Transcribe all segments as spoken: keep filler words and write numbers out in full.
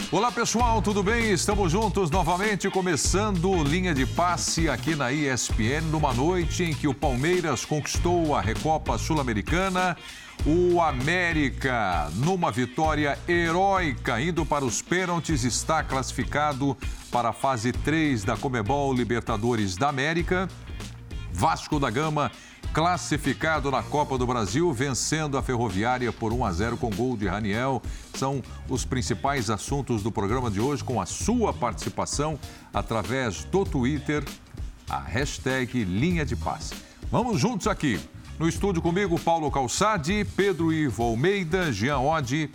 Olá pessoal, tudo bem? Estamos juntos novamente, começando Linha de Passe aqui na E S P N, numa noite em que o Palmeiras conquistou a Recopa Sul-Americana. O América, numa vitória heróica, indo para os pênaltis, está classificado para a fase três da Conmebol Libertadores da América. Vasco da Gama, classificado na Copa do Brasil, vencendo a Ferroviária por um a zero com gol de Raniel. São os principais assuntos do programa de hoje, com a sua participação através do Twitter, a hashtag Linha de Passe. Vamos juntos aqui. No estúdio comigo, Paulo Calçade, Pedro Ivo Almeida, Jean Oddi.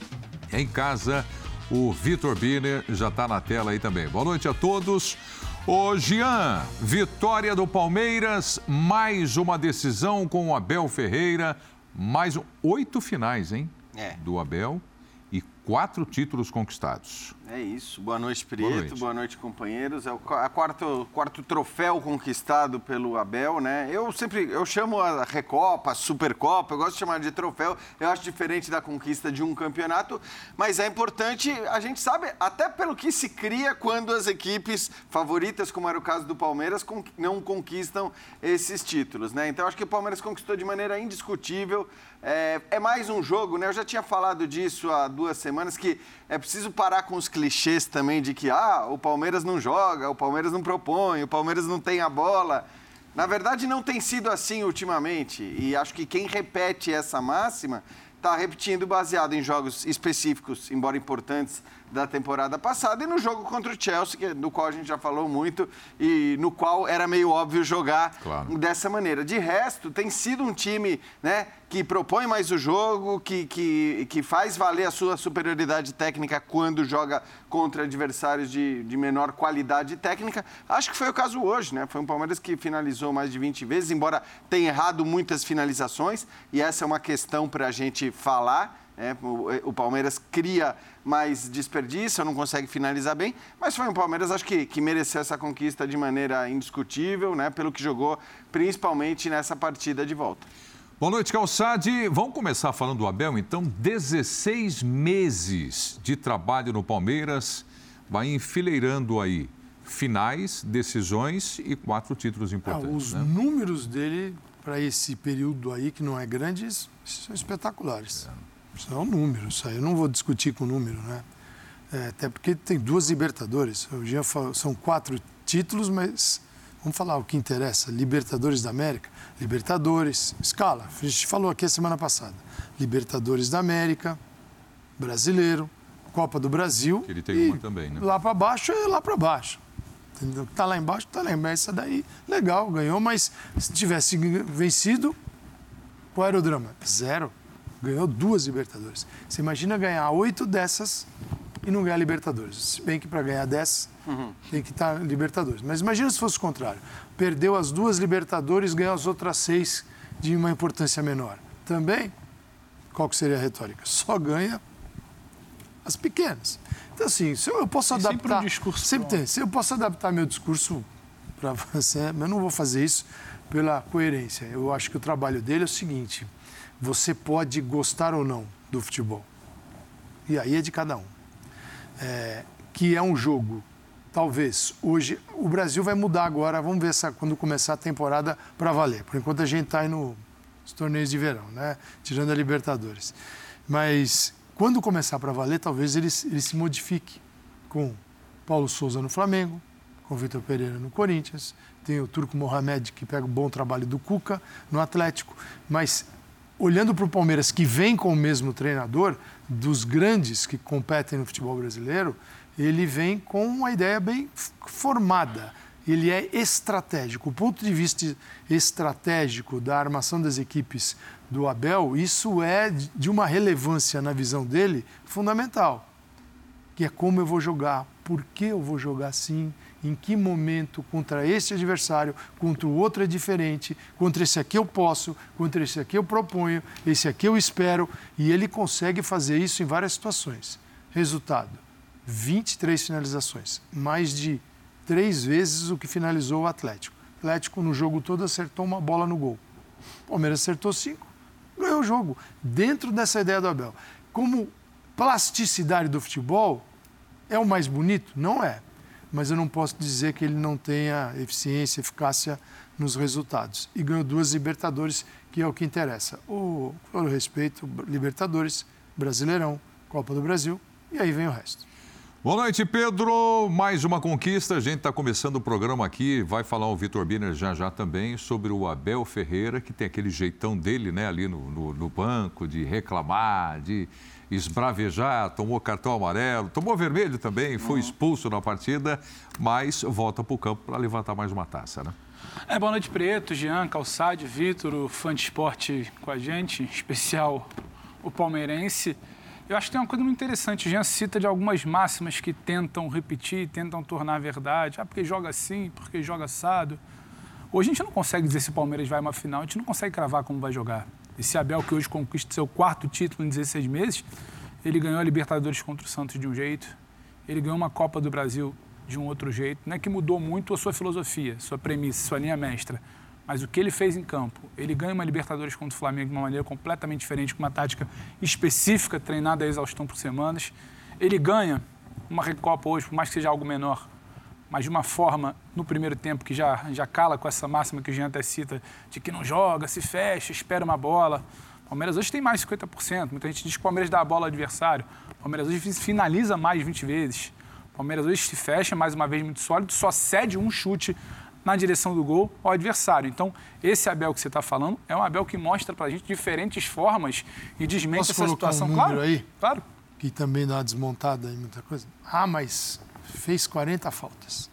Em casa, o Vitor Biner já está na tela aí também. Boa noite a todos. Ô, Jean, vitória do Palmeiras, mais uma decisão com o Abel Ferreira, mais um, oito finais, hein? É. Do Abel e quatro títulos conquistados. É isso. Boa noite, Prieto. Boa noite, Boa noite companheiros. É o quarto, quarto troféu conquistado pelo Abel, né? Eu sempre, eu chamo a Recopa, a Supercopa, eu gosto de chamar de troféu. Eu acho diferente da conquista de um campeonato, mas é importante, a gente sabe, até pelo que se cria quando as equipes favoritas, como era o caso do Palmeiras, não conquistam esses títulos, né? Então, acho que o Palmeiras conquistou de maneira indiscutível. É, é mais um jogo, né? Eu já tinha falado disso há duas semanas, que é preciso parar com os clichês também de que ah, o Palmeiras não joga, o Palmeiras não propõe, o Palmeiras não tem a bola. Na verdade, não tem sido assim ultimamente. E acho que quem repete essa máxima está repetindo baseado em jogos específicos, embora importantes, da temporada passada, e no jogo contra o Chelsea, do qual a gente já falou muito, e no qual era meio óbvio jogar claro. Dessa maneira. De resto, tem sido um time, né, que propõe mais o jogo, que, que, que faz valer a sua superioridade técnica quando joga contra adversários de, de menor qualidade técnica. Acho que foi o caso hoje, né? Foi um Palmeiras que finalizou mais de vinte vezes, embora tenha errado muitas finalizações, e essa é uma questão para a gente falar. É, o, o Palmeiras cria mais desperdício, não consegue finalizar bem, mas foi um Palmeiras, acho que, que mereceu essa conquista de maneira indiscutível, né, pelo que jogou, principalmente nessa partida de volta. Boa noite, Calçade. Vamos começar falando do Abel, então. dezesseis meses de trabalho no Palmeiras, vai enfileirando aí finais, decisões e quatro títulos importantes. Ah, os né? números dele, para esse período aí, que não é grande, são espetaculares. É. São números, isso aí eu não vou discutir com o número, né? É, até porque tem duas Libertadores. O Jean falou, são quatro títulos, mas vamos falar o que interessa. Libertadores da América, Libertadores, escala, a gente falou aqui a semana passada. Libertadores da América, Brasileiro, Copa do Brasil. Que ele tem uma também, né? Lá para baixo é lá para baixo. Entendeu? Tá lá embaixo, tá lá embaixo. Essa daí, legal, ganhou, mas se tivesse vencido, qual era o drama? Zero. Ganhou duas Libertadores. Você imagina ganhar oito dessas e não ganhar Libertadores. Se bem que para ganhar dez, uhum. tem que estar Libertadores. Mas imagina se fosse o contrário. Perdeu as duas Libertadores, ganhou as outras seis de uma importância menor. Também, qual que seria a retórica? Só ganha as pequenas. Então, assim, se eu, eu posso adaptar... Sempre um discurso. Sempre tem. Se eu posso adaptar meu discurso para você, mas eu não vou fazer isso pela coerência. Eu acho que o trabalho dele é o seguinte... Você pode gostar ou não do futebol. E aí é de cada um. É, que é um jogo, talvez, hoje... O Brasil vai mudar agora, vamos ver essa, quando começar a temporada para valer. Por enquanto a gente está aí nos torneios de verão, né? Tirando a Libertadores. Mas quando começar para valer, talvez ele, ele se modifique com Paulo Souza no Flamengo, com Vitor Pereira no Corinthians, tem o Turco Mohamed, que pega o bom trabalho do Cuca no Atlético, mas... Olhando para o Palmeiras, que vem com o mesmo treinador, dos grandes que competem no futebol brasileiro, ele vem com uma ideia bem formada. Ele é estratégico. O ponto de vista estratégico da armação das equipes do Abel, isso é de uma relevância na visão dele fundamental. Que é como eu vou jogar, por que eu vou jogar assim, em que momento, contra esse adversário, contra o outro é diferente, contra esse aqui eu posso, contra esse aqui eu proponho, esse aqui eu espero, e ele consegue fazer isso em várias situações. Resultado, vinte e três finalizações, mais de três vezes o que finalizou o Atlético. O Atlético, no jogo todo, acertou uma bola no gol. O Palmeiras acertou cinco, ganhou o jogo, dentro dessa ideia do Abel. Como plasticidade do futebol, É o mais bonito? Não é. Mas eu não posso dizer que ele não tenha eficiência, eficácia nos resultados. E ganhou duas Libertadores, que é o que interessa. O, com todo respeito, Libertadores, Brasileirão, Copa do Brasil, e aí vem o resto. Boa noite, Pedro. Mais uma conquista. A gente está começando o programa aqui. Vai falar o Vitor Birner já já também sobre o Abel Ferreira, que tem aquele jeitão dele, né, ali no, no, no banco, de reclamar, de esbravejar, tomou cartão amarelo, tomou vermelho também, foi expulso na partida, mas volta para o campo para levantar mais uma taça, né? É, boa noite, Preto, Jean, Calçade, Vitor, o fã de esporte com a gente, em especial o palmeirense. Eu acho que tem uma coisa muito interessante. O Jean cita de algumas máximas que tentam repetir, tentam tornar verdade. Ah, porque joga assim, porque joga assado. Hoje a gente não consegue dizer se o Palmeiras vai a uma final, a gente não consegue cravar como vai jogar. Esse Abel, que hoje conquista seu quarto título em dezesseis meses, ele ganhou a Libertadores contra o Santos de um jeito, ele ganhou uma Copa do Brasil de um outro jeito. Não é que mudou muito a sua filosofia, sua premissa, sua linha mestra, mas o que ele fez em campo. Ele ganha uma Libertadores contra o Flamengo de uma maneira completamente diferente, com uma tática específica, treinada a exaustão por semanas. Ele ganha uma Recopa hoje, por mais que seja algo menor, mas de uma forma, no primeiro tempo, que já, já cala com essa máxima que o Jean até cita, de que não joga, se fecha, espera uma bola. O Palmeiras hoje tem mais de cinquenta por cento. Muita gente diz que o Palmeiras dá a bola ao adversário. O Palmeiras hoje finaliza mais de vinte vezes. O Palmeiras hoje se fecha, mais uma vez, muito sólido, só cede um chute na direção do gol ao adversário. Então, esse Abel que você está falando é um Abel que mostra para a gente diferentes formas e desmente Posso essa situação. Um número claro, aí, claro. Que também dá uma desmontada em muita coisa. Ah, mas fez quarenta faltas.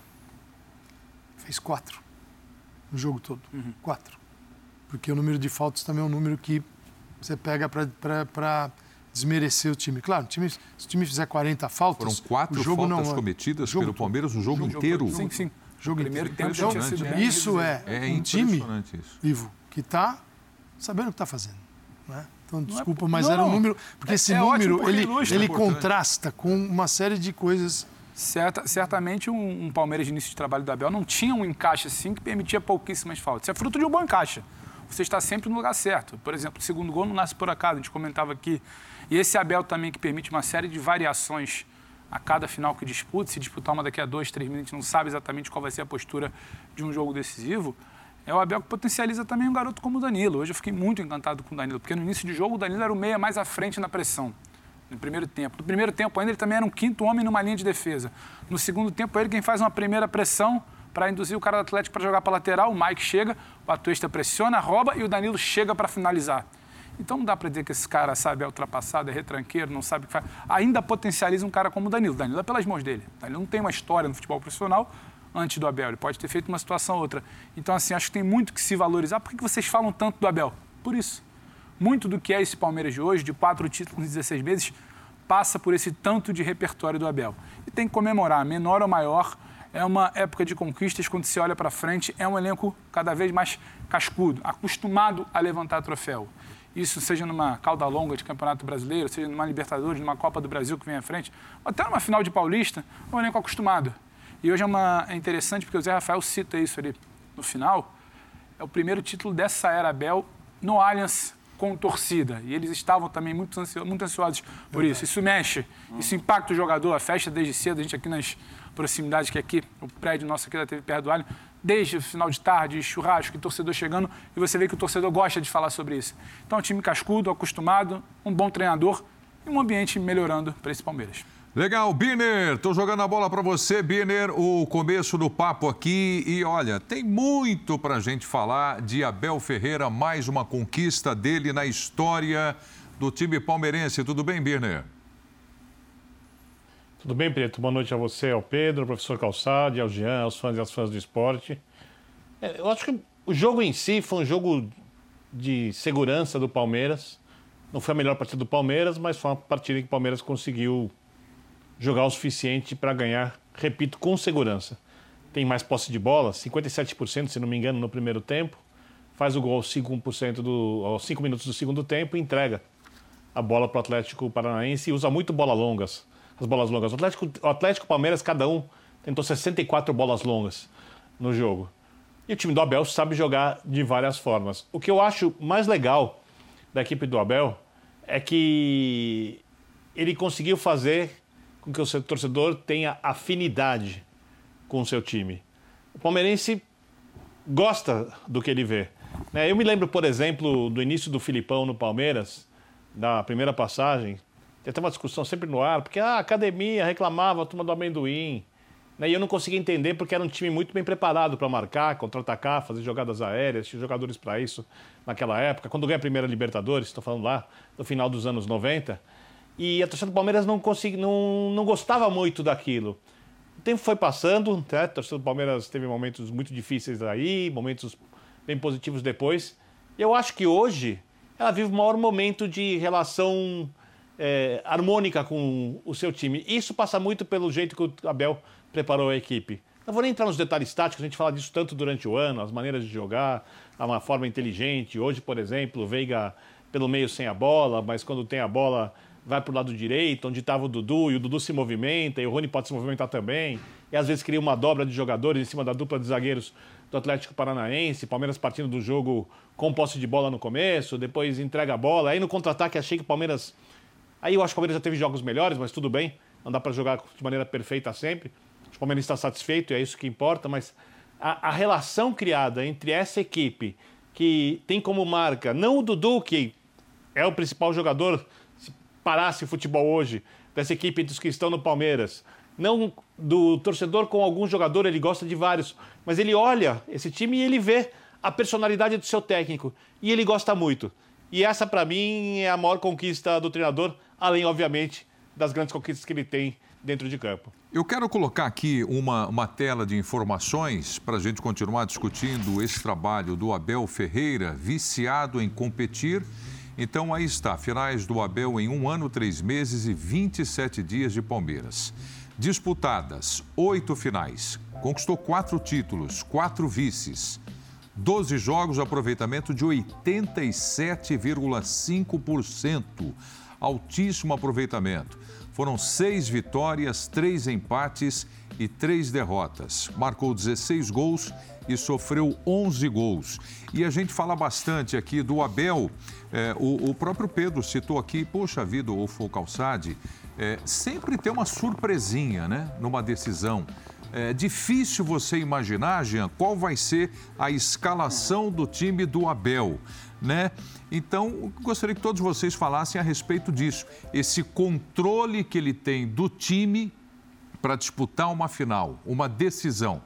Fez quatro no jogo todo. Uhum. Quatro. Porque o número de faltas também é um número que você pega para desmerecer o time. Claro, o time, se o time fizer quarenta faltas... Foram quatro o jogo faltas não, cometidas jogo pelo Palmeiras no jogo, jogo inteiro. Todo. Sim, sim. Jogo primeiro inteiro. tempo Então, sido bem isso é, é um time, isso. Ivo, que está sabendo o que está fazendo. Né? Então, desculpa, não é, mas não, era um número... Porque é, esse é número, ele, ilustra, ele é contrasta com uma série de coisas... Certa, certamente um, um Palmeiras de início de trabalho do Abel não tinha um encaixe assim que permitia pouquíssimas faltas. Isso é fruto de um bom encaixe. Você está sempre no lugar certo. Por exemplo, o segundo gol não nasce por acaso, a gente comentava aqui. E esse Abel também que permite uma série de variações a cada final que disputa. Se disputar uma daqui a dois, três minutos, a gente não sabe exatamente qual vai ser a postura de um jogo decisivo. É o Abel que potencializa também um garoto como o Danilo. Hoje eu fiquei muito encantado com o Danilo, porque no início de jogo o Danilo era o meia mais à frente na pressão. No primeiro tempo. No primeiro tempo ainda ele também era um quinto homem numa linha de defesa. No segundo tempo é ele quem faz uma primeira pressão para induzir o cara do Atlético para jogar para a lateral. O Mike chega, o Atuesta pressiona, rouba e o Danilo chega para finalizar. Então não dá para dizer que esse cara, sabe, é ultrapassado, é retranqueiro, não sabe o que faz. Ainda potencializa um cara como o Danilo. O Danilo é pelas mãos dele. O Danilo não tem uma história no futebol profissional antes do Abel. Ele pode ter feito uma situação ou outra. Então, assim, acho que tem muito que se valorizar. Por que vocês falam tanto do Abel? Por isso. Muito do que é esse Palmeiras de hoje, de quatro títulos em dezesseis meses, passa por esse tanto de repertório do Abel. E tem que comemorar, menor ou maior, é uma época de conquistas, quando se olha para frente, é um elenco cada vez mais cascudo, acostumado a levantar troféu. Isso seja numa cauda longa de Campeonato Brasileiro, seja numa Libertadores, numa Copa do Brasil que vem à frente, ou até numa final de Paulista, é um elenco acostumado. E hoje é, uma, é interessante porque o Zé Rafael cita isso ali no final, é o primeiro título dessa era Abel no Allianz com torcida. E eles estavam também muito ansiosos, muito ansiosos por isso. Isso mexe, isso impacta o jogador, a festa desde cedo, a gente aqui nas proximidades, que aqui, o prédio nosso aqui da T V perto do Allianz, desde o final de tarde, churrasco, e torcedor chegando, e você vê que o torcedor gosta de falar sobre isso. Então, é um time cascudo, acostumado, um bom treinador e um ambiente melhorando para esse Palmeiras. Legal, Birner, estou jogando a bola para você, Birner, o começo do papo aqui e olha, tem muito para a gente falar de Abel Ferreira, mais uma conquista dele na história do time palmeirense. Tudo bem, Birner? Tudo bem, Preto? Boa noite a você, ao Pedro, ao professor Calçade, ao Jean, aos fãs e às fãs do esporte. É, eu acho que o jogo em si foi um jogo de segurança do Palmeiras. Não foi a melhor partida do Palmeiras, mas foi uma partida em que o Palmeiras conseguiu jogar o suficiente para ganhar, repito, com segurança. Tem mais posse de bola, cinquenta e sete por cento, se não me engano, no primeiro tempo. Faz o gol aos cinco por cento do, aos cinco minutos do segundo tempo e entrega a bola para o Atlético Paranaense e usa muito bola longas, as bolas longas. O Atlético, o Atlético Palmeiras, cada um tentou sessenta e quatro bolas longas no jogo. E o time do Abel sabe jogar de várias formas. O que eu acho mais legal da equipe do Abel é que ele conseguiu fazer com que o seu torcedor tenha afinidade com o seu time. O palmeirense gosta do que ele vê. Eu me lembro, por exemplo, do início do Filipão no Palmeiras, da primeira passagem. Tem até uma discussão sempre no ar, porque a academia reclamava, a turma do amendoim. E eu não conseguia entender porque era um time muito bem preparado para marcar, contra-atacar, fazer jogadas aéreas, tinha jogadores para isso naquela época. Quando ganha a primeira Libertadores, estou falando lá, no final dos anos noventa, e a torcida do Palmeiras não, consegui, não, não gostava muito daquilo. O tempo foi passando, né? A torcida do Palmeiras teve momentos muito difíceis aí, momentos bem positivos depois. Eu acho que hoje ela vive o maior momento de relação é, harmônica com o seu time. Isso passa muito pelo jeito que o Abel preparou a equipe. Não vou nem entrar nos detalhes táticos, a gente fala disso tanto durante o ano, as maneiras de jogar, uma forma inteligente. Hoje, por exemplo, o Veiga pelo meio sem a bola, mas quando tem a bola vai para o lado direito, onde estava o Dudu, e o Dudu se movimenta, e o Rony pode se movimentar também, e às vezes cria uma dobra de jogadores em cima da dupla de zagueiros do Atlético Paranaense, Palmeiras partindo do jogo com posse de bola no começo, depois entrega a bola, aí no contra-ataque achei que o Palmeiras... Aí eu acho que o Palmeiras já teve jogos melhores, mas tudo bem, não dá para jogar de maneira perfeita sempre. O Palmeiras está satisfeito, é isso que importa, mas a, a relação criada entre essa equipe, que tem como marca, não o Dudu, que é o principal jogador, se parasse o futebol hoje, dessa equipe dos que estão no Palmeiras, não do torcedor com algum jogador, ele gosta de vários, mas ele olha esse time e ele vê a personalidade do seu técnico, e ele gosta muito. E essa, para mim, é a maior conquista do treinador, além, obviamente, das grandes conquistas que ele tem dentro de campo. Eu quero colocar aqui uma, uma tela de informações para a gente continuar discutindo esse trabalho do Abel Ferreira, viciado em competir. Então, aí está, finais do Abel em um ano, três meses e vinte e sete dias de Palmeiras. Disputadas oito finais, conquistou quatro títulos, quatro vices, doze jogos, aproveitamento de oitenta e sete vírgula cinco por cento, altíssimo aproveitamento. Foram seis vitórias, três empates e três derrotas. Marcou dezesseis gols e sofreu onze gols. E a gente fala bastante aqui do Abel. É, o, o próprio Pedro citou aqui, poxa vida, ou foi o Calçade, é, sempre tem uma surpresinha, né, numa decisão. É difícil você imaginar, Jean, qual vai ser a escalação do time do Abel, né? Então, gostaria que todos vocês falassem a respeito disso. Esse controle que ele tem do time para disputar uma final, uma decisão.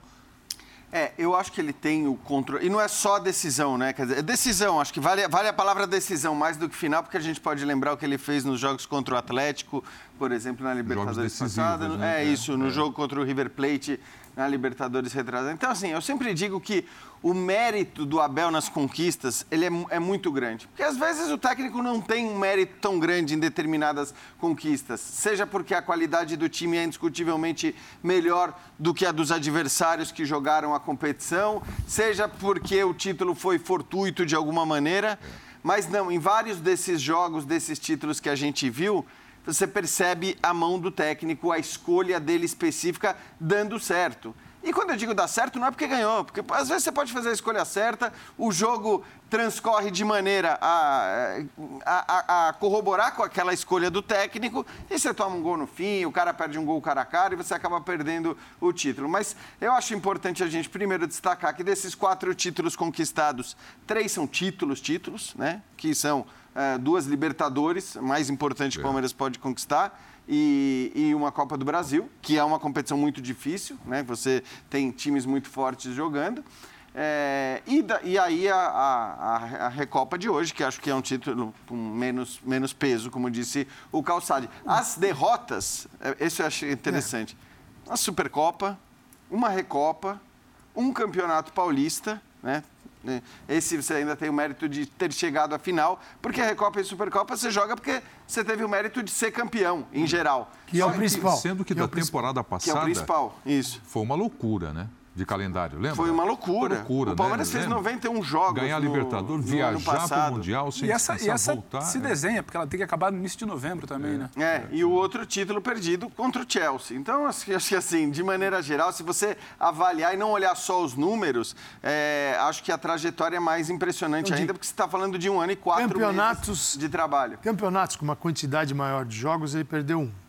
É, eu acho que ele tem o controle. E não é só decisão, né? Quer dizer, é decisão, acho que vale, vale a palavra decisão mais do que final, porque a gente pode lembrar o que ele fez nos jogos contra o Atlético, por exemplo, na Libertadores passada. Né? É, é isso, no é. jogo contra o River Plate, na Libertadores retrasada. Então, assim, eu sempre digo que o mérito do Abel nas conquistas, ele é, é muito grande. Porque, às vezes, o técnico não tem um mérito tão grande em determinadas conquistas. Seja porque a qualidade do time é indiscutivelmente melhor do que a dos adversários que jogaram a competição, seja porque o título foi fortuito de alguma maneira. Mas, não, em vários desses jogos, desses títulos que a gente viu, você percebe a mão do técnico, a escolha dele específica dando certo. E quando eu digo dar certo, não é porque ganhou, porque às vezes você pode fazer a escolha certa, o jogo transcorre de maneira a, a, a corroborar com aquela escolha do técnico e você toma um gol no fim, o cara perde um gol cara a cara e você acaba perdendo o título. Mas eu acho importante a gente primeiro destacar que desses quatro títulos conquistados, três são títulos, títulos, né? Que são é, duas Libertadores, mais importante que o Palmeiras pode conquistar, E, e uma Copa do Brasil, que é uma competição muito difícil, né? Você tem times muito fortes jogando. É, e, da, e aí a, a, a Recopa de hoje, que acho que é um título com menos, menos peso, como disse o Calçade. As derrotas, esse eu achei interessante. Uma Supercopa, uma Recopa, um Campeonato Paulista, né? Esse você ainda tem o mérito de ter chegado à final, porque a Recopa e a Supercopa você joga porque você teve o mérito de ser campeão, em geral. Que é o principal. Sendo que, que da é temporada passada... Que é o principal, isso. Foi uma loucura, né? De calendário, lembra? Foi uma loucura. loucura o Palmeiras né? fez noventa e um jogos. Ganhar a Libertadores, viajar para o Mundial, sem e essa, e essa voltar. se desenha, porque ela tem que acabar no início de novembro também, é. né? É, e o outro título perdido contra o Chelsea. Então, acho que assim, de maneira geral, se você avaliar e não olhar só os números, é, acho que a trajetória é mais impressionante Não, ainda, de... porque você está falando de um ano e quatro campeonatos, meses de trabalho. Campeonatos com uma quantidade maior de jogos, ele perdeu um.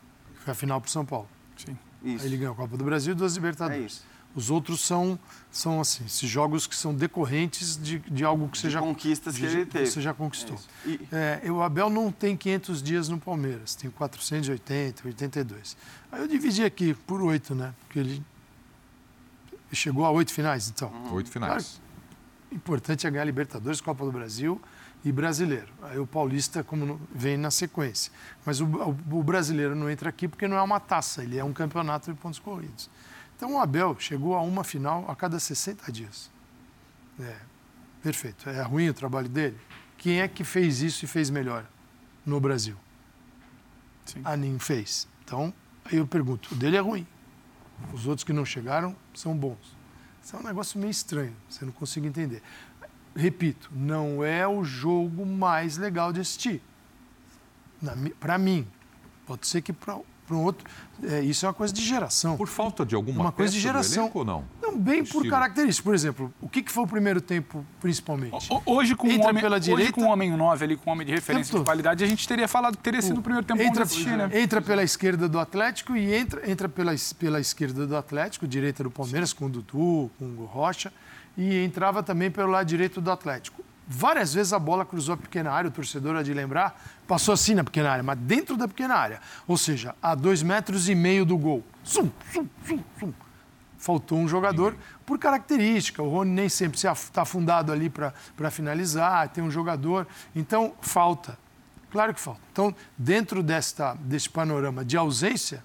foi a final para o São Paulo. Sim. Isso. Aí ele ganhou a Copa do Brasil e duas Libertadores. É isso. Os outros são, são assim, esses jogos que são decorrentes de, de algo que você de já... conquistas de, que ele teve. Você já conquistou. É e... é, o Abel não tem quinhentos dias no Palmeiras, tem quatrocentos e oitenta, oitenta e dois. Aí eu dividi aqui por oito, né? Porque ele chegou a oito finais, então. Oito finais. Claro, o importante é ganhar Libertadores, Copa do Brasil e Brasileiro. Aí o Paulista como vem na sequência. Mas o, o, o Brasileiro não entra aqui porque não é uma taça, ele é um campeonato de pontos corridos. Então o Abel chegou a uma final a cada sessenta dias. É, perfeito. É ruim o trabalho dele? Quem é que fez isso e fez melhor no Brasil? Sim. A Nin fez. Então, aí eu pergunto, o dele é ruim. Os outros que não chegaram são bons. Isso é um negócio meio estranho, você não consegue entender. Repito, não é o jogo mais legal de assistir. Para mim. Pode ser que para um outro... É, isso é uma coisa de geração. Por falta de alguma uma coisa de geração. Ou não? Não, bem por características. Por exemplo, o que foi o primeiro tempo, principalmente? Hoje, com entra um homem, pela hoje, direita, com um homem nove ali, com um homem de referência de qualidade, a gente teria falado que teria sido o primeiro tempo entra, bom de assistir, né? Entra pela esquerda do Atlético e entra, entra pela, pela esquerda do Atlético, direita do Palmeiras, com o Dudu, com o Rocha, e entrava também pelo lado direito do Atlético. Várias vezes a bola cruzou a pequena área, o torcedor há de lembrar, passou assim na pequena área, mas dentro da pequena área. Ou seja, a dois metros e meio do gol. Zum, zum, zum, zum. Faltou um jogador por característica. O Rony nem sempre está afundado ali para finalizar, tem um jogador. Então, falta. Claro que falta. Então, dentro desta, desse panorama de ausência,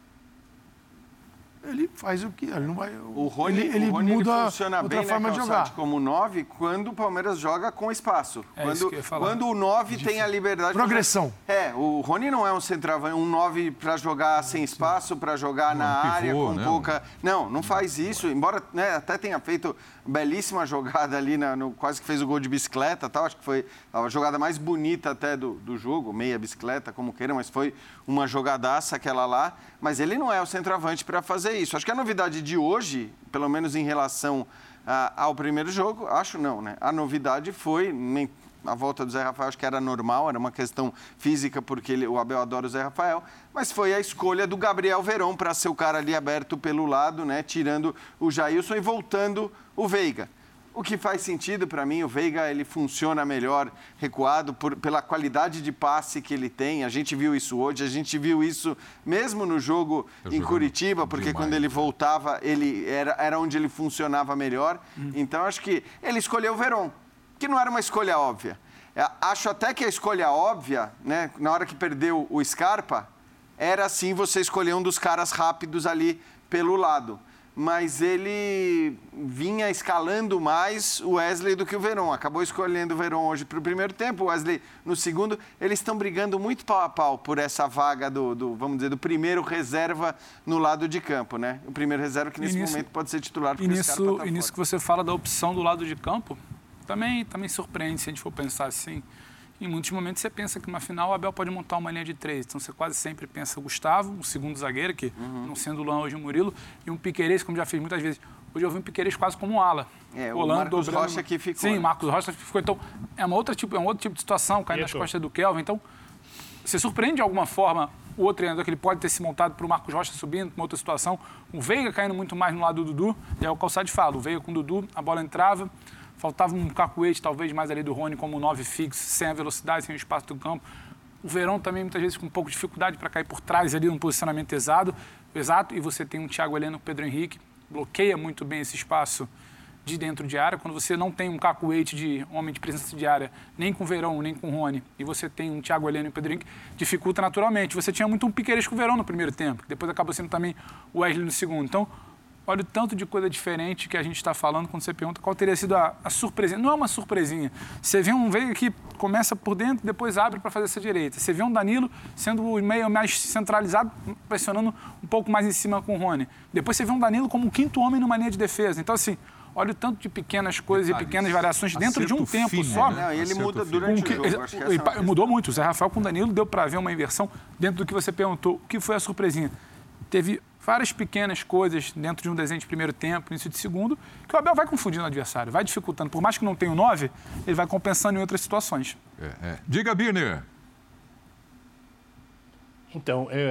ele faz o que ele não vai. O Rony, ele, ele o Rony muda ele funciona outra bem, forma né, de jogar. Como nove, quando o Palmeiras joga com espaço. É quando, isso que eu ia falar. quando o nove tem a liberdade. Progressão. De... É, o Rony não é um centroavante, um nove para jogar sem espaço, para jogar na um área pivô, com né? pouca. Não, não faz isso. Embora, né, até tenha feito belíssima jogada ali, na, no, quase que fez o gol de bicicleta, tal. Acho que foi a jogada mais bonita até do, do jogo, meia bicicleta, como queira, mas foi uma jogadaça aquela lá. Mas ele não é o centroavante para fazer isso. Acho que a novidade de hoje, pelo menos em relação a, ao primeiro jogo, acho não, né? A novidade foi, nem, a volta do Zé Rafael acho que era normal, era uma questão física, porque ele, o Abel adora o Zé Rafael, mas foi a escolha do Gabriel Veron para ser o cara ali aberto pelo lado, né? Tirando o Jailson e voltando o Veiga. O que faz sentido para mim, o Veiga ele funciona melhor recuado por, pela qualidade de passe que ele tem. A gente viu isso hoje, a gente viu isso mesmo no jogo Eu em Curitiba, porque demais, quando ele voltava, ele era, era onde ele funcionava melhor. Hum. Então, acho que ele escolheu o Veron, que não era uma escolha óbvia. Acho até que a escolha óbvia, né, na hora que perdeu o Scarpa, era sim você escolher um dos caras rápidos ali pelo lado. Mas ele vinha escalando mais o Wesley do que o Veron. Acabou escolhendo o Veron hoje para o primeiro tempo, o Wesley no segundo. Eles estão brigando muito pau a pau por essa vaga do, do, vamos dizer, do primeiro reserva no lado de campo, né? O primeiro reserva que nesse nisso, momento pode ser titular. E nisso, tá e nisso que você fala da opção do lado de campo, também, também surpreende se a gente for pensar assim. Em muitos momentos você pensa que numa final o Abel pode montar uma linha de três. Então você quase sempre pensa o Gustavo, um segundo zagueiro, que uhum. não sendo o Luan hoje o Murilo, e um Piquerez, como já fiz muitas vezes. Hoje eu vi um Piquerez quase como um ala. É, o Marcos dobrando... Rocha que ficou. Sim, né? Marcos Rocha que ficou. Então é, uma outra tipo, é um outro tipo de situação, caindo nas costas do Kelvin. Então você surpreende de alguma forma o outro treinador que ele pode ter se montado para o Marcos Rocha subindo, uma outra situação. O Veiga caindo muito mais no lado do Dudu, e é o Calçado fala. O Veiga com o Dudu, a bola entrava. Faltava um cacuete, talvez, mais ali do Rony, como nove fixo, sem a velocidade, sem o espaço do campo. O Verón também, muitas vezes, com um pouco de dificuldade para cair por trás ali, num posicionamento exato. exato. E você tem um Thiago Heleno, Pedro Henrique, bloqueia muito bem esse espaço de dentro de área. Quando você não tem um cacuete de homem de presença de área, nem com o Verón, nem com o Rony, e você tem um Thiago Heleno e Pedro Henrique, dificulta naturalmente. Você tinha muito um Piquerez com o Verón no primeiro tempo, que depois acabou sendo também o Wesley no segundo. Então, olha o tanto de coisa diferente que a gente está falando quando você pergunta qual teria sido a, a surpresinha. Não é uma surpresinha. Você vê um Veiga que começa por dentro e depois abre para fazer essa direita. Você vê um Danilo sendo o meio mais centralizado, pressionando um pouco mais em cima com o Rony. Depois você vê um Danilo como um quinto homem numa linha de defesa. Então, assim, olha o tanto de pequenas coisas ah, e pequenas variações dentro de um tempo fino, só. Né? Não, e ele Acerto muda durante que, o jogo. Acho que essa mudou muito. O Zé Rafael com o Danilo deu para ver uma inversão dentro do que você perguntou. O que foi a surpresinha? Teve várias pequenas coisas dentro de um desenho de primeiro tempo, início de segundo, que o Abel vai confundindo o adversário, vai dificultando. Por mais que não tenha o nove, ele vai compensando em outras situações. É, é. Diga, Birner. Então, é,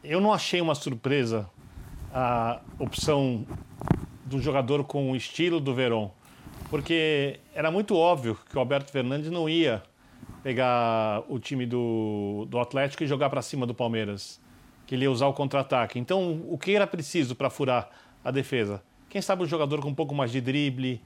eu não achei uma surpresa a opção do jogador com o estilo do Verón, porque era muito óbvio que o Alberto Fernandes não ia pegar o time do, do Atlético e jogar para cima do Palmeiras, que ele ia usar o contra-ataque. Então, o que era preciso para furar a defesa? Quem sabe um jogador com um pouco mais de drible,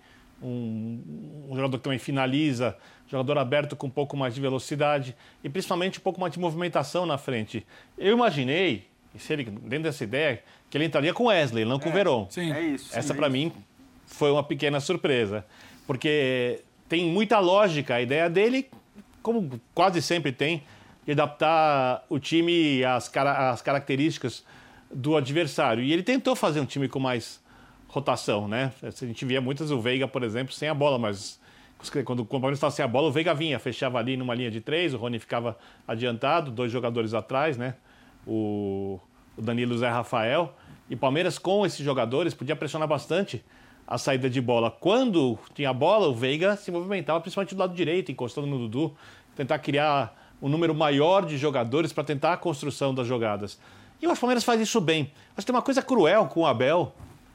um, um jogador que também finaliza, jogador aberto com um pouco mais de velocidade e principalmente um pouco mais de movimentação na frente. Eu imaginei, se ele, dentro dessa ideia, que ele entraria com o Wesley, não com é, o Verón. Sim. É isso. Essa, é para mim, foi uma pequena surpresa, porque tem muita lógica a ideia dele, como quase sempre tem, de adaptar o time às, cara, às características do adversário. E ele tentou fazer um time com mais rotação, né? A gente via muitas o Veiga, por exemplo, sem a bola, mas quando o Palmeiras estava sem a bola, o Veiga vinha, fechava ali numa linha de três, o Rony ficava adiantado, dois jogadores atrás, né? O, o Danilo e o Zé Rafael. E o Palmeiras, com esses jogadores, podia pressionar bastante a saída de bola. Quando tinha a bola, o Veiga se movimentava, principalmente do lado direito, encostando no Dudu, tentar criar um número maior de jogadores para tentar a construção das jogadas. E eu acho que o Palmeiras faz isso bem. Acho que tem uma coisa cruel com o Abel,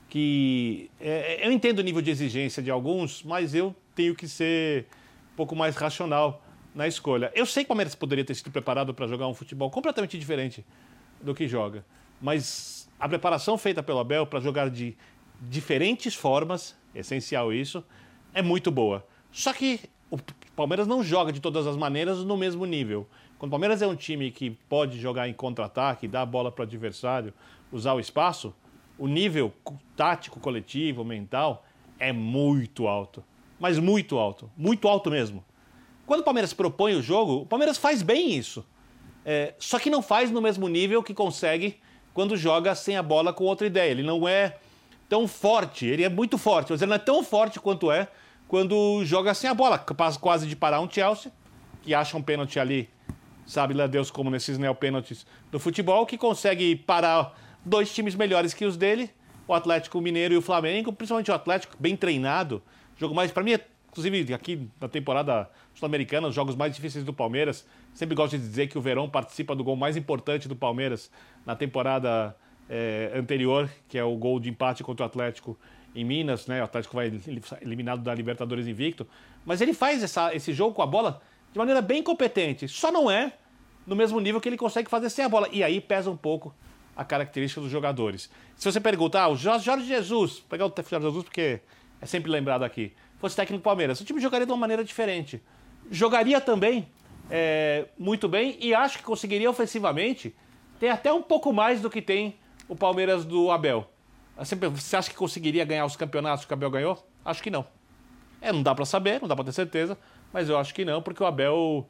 que é, eu entendo o nível de exigência de alguns, mas eu tenho que ser um pouco mais racional na escolha. Eu sei que o Palmeiras poderia ter sido preparado para jogar um futebol completamente diferente do que joga, mas a preparação feita pelo Abel para jogar de diferentes formas, essencial isso, é muito boa. Só que o Palmeiras não joga de todas as maneiras no mesmo nível. Quando o Palmeiras é um time que pode jogar em contra-ataque, dar a bola para o adversário, usar o espaço, o nível tático, coletivo, mental é muito alto. Mas muito alto. Muito alto mesmo. Quando o Palmeiras propõe o jogo, o Palmeiras faz bem isso. É, só que não faz no mesmo nível que consegue quando joga sem a bola com outra ideia. Ele não é tão forte. Ele é muito forte, mas ele não é tão forte quanto é quando joga sem a bola, capaz quase de parar um Chelsea, que acha um pênalti ali, sabe lá Deus como nesses neopênaltis do futebol, que consegue parar dois times melhores que os dele, o Atlético Mineiro e o Flamengo, principalmente o Atlético, bem treinado. Jogo mais, para mim, inclusive aqui na temporada sul-americana, os jogos mais difíceis do Palmeiras, sempre gosto de dizer que o Verón participa do gol mais importante do Palmeiras na temporada é, anterior, que é o gol de empate contra o Atlético em Minas, né? O Atlético vai eliminado da Libertadores invicto, mas ele faz essa, esse jogo com a bola de maneira bem competente, só não é no mesmo nível que ele consegue fazer sem a bola, e aí pesa um pouco a característica dos jogadores. Se você perguntar, ah, o Jorge Jesus, vou pegar o Jorge Jesus porque é sempre lembrado aqui, fosse técnico do Palmeiras, o time jogaria de uma maneira diferente. Jogaria também é, muito bem e acho que conseguiria ofensivamente ter até um pouco mais do que tem o Palmeiras do Abel. Você acha que conseguiria ganhar os campeonatos que o Abel ganhou? Acho que não. É, não dá para saber, não dá para ter certeza, mas eu acho que não, porque o Abel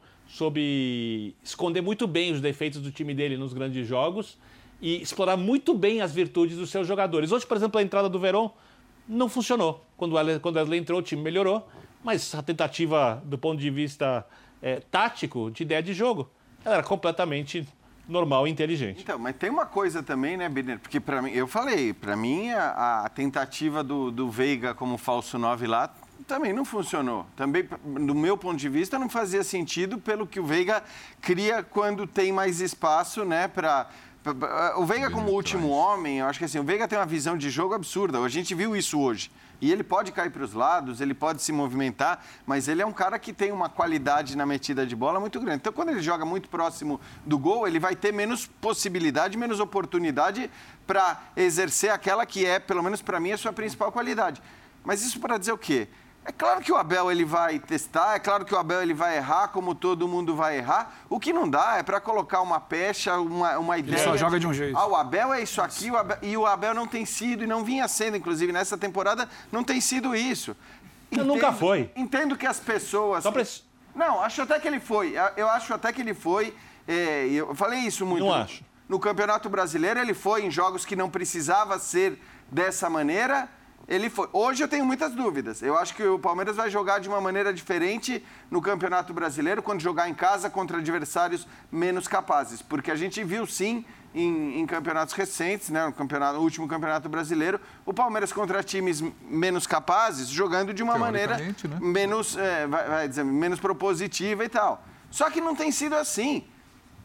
soube esconder muito bem os defeitos do time dele nos grandes jogos e explorar muito bem as virtudes dos seus jogadores. Hoje, por exemplo, a entrada do Verón não funcionou. Quando o Wesley entrou, o time melhorou, mas a tentativa do ponto de vista é, tático, de ideia de jogo, ela era completamente normal e inteligente. Então, mas tem uma coisa também, né, Birner? Porque para mim, eu falei, para mim a, a tentativa do, do Veiga como falso nove lá também não funcionou. Também, do meu ponto de vista, não fazia sentido pelo que o Veiga cria quando tem mais espaço, né, para... O Veiga como último homem, eu acho que assim, o Veiga tem uma visão de jogo absurda. A gente viu isso hoje. E ele pode cair para os lados, ele pode se movimentar, mas ele é um cara que tem uma qualidade na metida de bola muito grande. Então, quando ele joga muito próximo do gol, ele vai ter menos possibilidade, menos oportunidade para exercer aquela que é, pelo menos para mim, a sua principal qualidade. Mas isso para dizer o quê? É claro que o Abel ele vai testar, é claro que o Abel ele vai errar, como todo mundo vai errar. O que não dá é para colocar uma pecha, uma, uma ideia... Ele só joga de um jeito. Ah, o Abel é isso aqui, o Abel, e o Abel não tem sido, e não vinha sendo, inclusive, nessa temporada, não tem sido isso. Entendo, nunca foi. Entendo que as pessoas... Só pra... Não, acho até que ele foi. Eu acho até que ele foi. É, eu falei isso muito. Não acho. No Campeonato Brasileiro, ele foi em jogos que não precisava ser dessa maneira... Ele foi. Hoje eu tenho muitas dúvidas. Eu acho que o Palmeiras vai jogar de uma maneira diferente no Campeonato Brasileiro, quando jogar em casa contra adversários menos capazes. Porque a gente viu, sim, em, em campeonatos recentes, né, no, campeonato, no último Campeonato Brasileiro, o Palmeiras contra times menos capazes, jogando de uma maneira né? menos, é, vai, vai dizer, menos propositiva e tal. Só que não tem sido assim.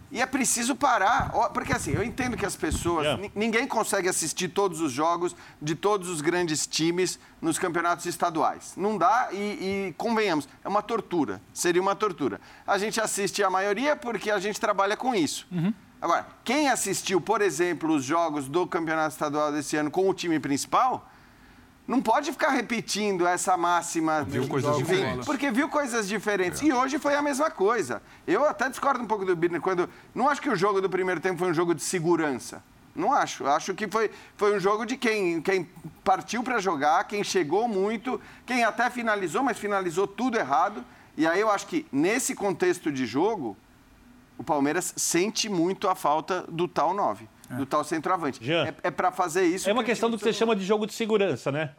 E é preciso parar, porque assim, eu entendo que as pessoas, yeah. ninguém consegue assistir todos os jogos de todos os grandes times nos campeonatos estaduais. Não dá e, e convenhamos, é uma tortura, seria uma tortura. A gente assiste a maioria porque a gente trabalha com isso. Uhum. Agora, quem assistiu, por exemplo, os jogos do campeonato estadual desse ano com o time principal, não pode ficar repetindo essa máxima. Viu coisas diferentes. Porque viu coisas diferentes. É. E hoje foi a mesma coisa. Eu até discordo um pouco do Birner quando... Não acho que o jogo do primeiro tempo foi um jogo de segurança. Não acho. Acho que foi, foi um jogo de quem, quem partiu para jogar, quem chegou muito, quem até finalizou, mas finalizou tudo errado. E aí eu acho que, nesse contexto de jogo, o Palmeiras sente muito a falta do tal nove. É. Do tal centroavante. Jean, é é para fazer isso... É uma questão do que você chama de jogo de segurança, né?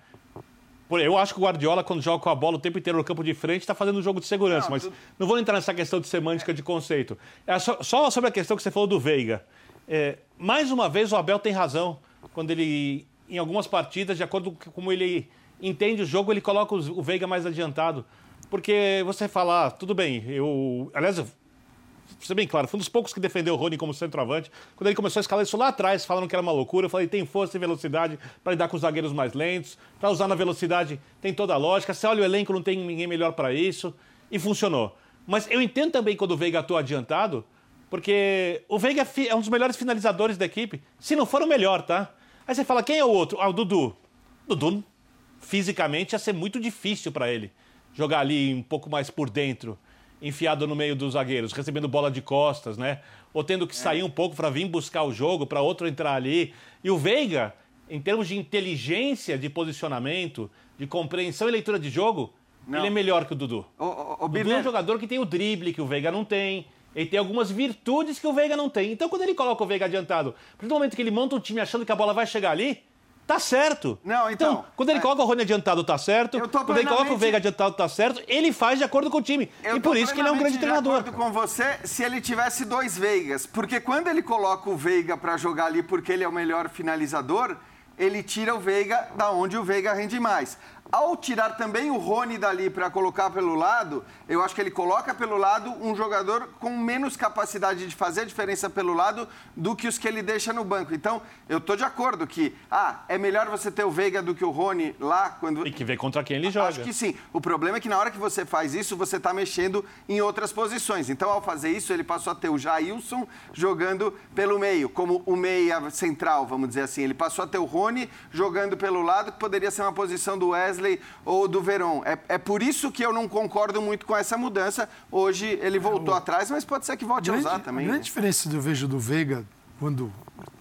Eu acho que o Guardiola, quando joga com a bola o tempo inteiro no campo de frente, está fazendo um jogo de segurança. Não, mas tu... não vou entrar nessa questão de semântica, de conceito. É só, só sobre a questão que você falou do Veiga. É, mais uma vez, o Abel tem razão. Quando ele, em algumas partidas, de acordo com como ele entende o jogo, ele coloca o Veiga mais adiantado. Porque você fala, ah, tudo bem, eu... Aliás, eu... Pra ser bem claro, foi um dos poucos que defendeu o Rony como centroavante. Quando ele começou a escalar isso lá atrás, falando que era uma loucura, eu falei, tem força e velocidade para lidar com os zagueiros mais lentos, para usar na velocidade tem toda a lógica. Você olha o elenco, não tem ninguém melhor para isso. E funcionou. Mas eu entendo também quando o Veiga atua adiantado, porque o Veiga é um dos melhores finalizadores da equipe, se não for o melhor, tá? Aí você fala, quem é o outro? Ah, o Dudu. Dudu, fisicamente, ia ser muito difícil para ele jogar ali um pouco mais por dentro, enfiado no meio dos zagueiros, recebendo bola de costas, né? Ou tendo que sair um pouco para vir buscar o jogo, para outro entrar ali. E o Veiga, em termos de inteligência de posicionamento, de compreensão e leitura de jogo, não. Ele é melhor que o Dudu. O, o, o, o Dudu é um jogador que tem o drible que o Veiga não tem. Ele tem algumas virtudes que o Veiga não tem. Então, quando ele coloca o Veiga adiantado, a partir do momento que ele monta um time achando que a bola vai chegar ali, tá certo. Não, então, então quando ele é... coloca o Rony adiantado, tá certo. Eu tô quando ele coloca o Veiga adiantado, tá certo. Ele faz de acordo com o time. Eu e por isso que ele é um grande treinador. Eu tô de acordo com você se ele tivesse dois Veigas. Porque quando ele coloca o Veiga para jogar ali porque ele é o melhor finalizador, ele tira o Veiga da onde o Veiga rende mais. Ao tirar também o Rony dali para colocar pelo lado, eu acho que ele coloca pelo lado um jogador com menos capacidade de fazer a diferença pelo lado do que os que ele deixa no banco. Então, eu estou de acordo que, ah, é melhor você ter o Veiga do que o Rony lá quando... E que ver contra quem ele joga. Acho que sim. O problema é que na hora que você faz isso, você está mexendo em outras posições. Então, ao fazer isso, ele passou a ter o Jailson jogando pelo meio, como o meia central, vamos dizer assim. Ele passou a ter o Rony jogando pelo lado, que poderia ser uma posição do Wesley ou do Verón. É, é por isso que eu não concordo muito com essa mudança. Hoje ele voltou é, o... atrás, mas pode ser que volte grande, a usar também. A grande né? diferença que eu vejo do Veiga, quando,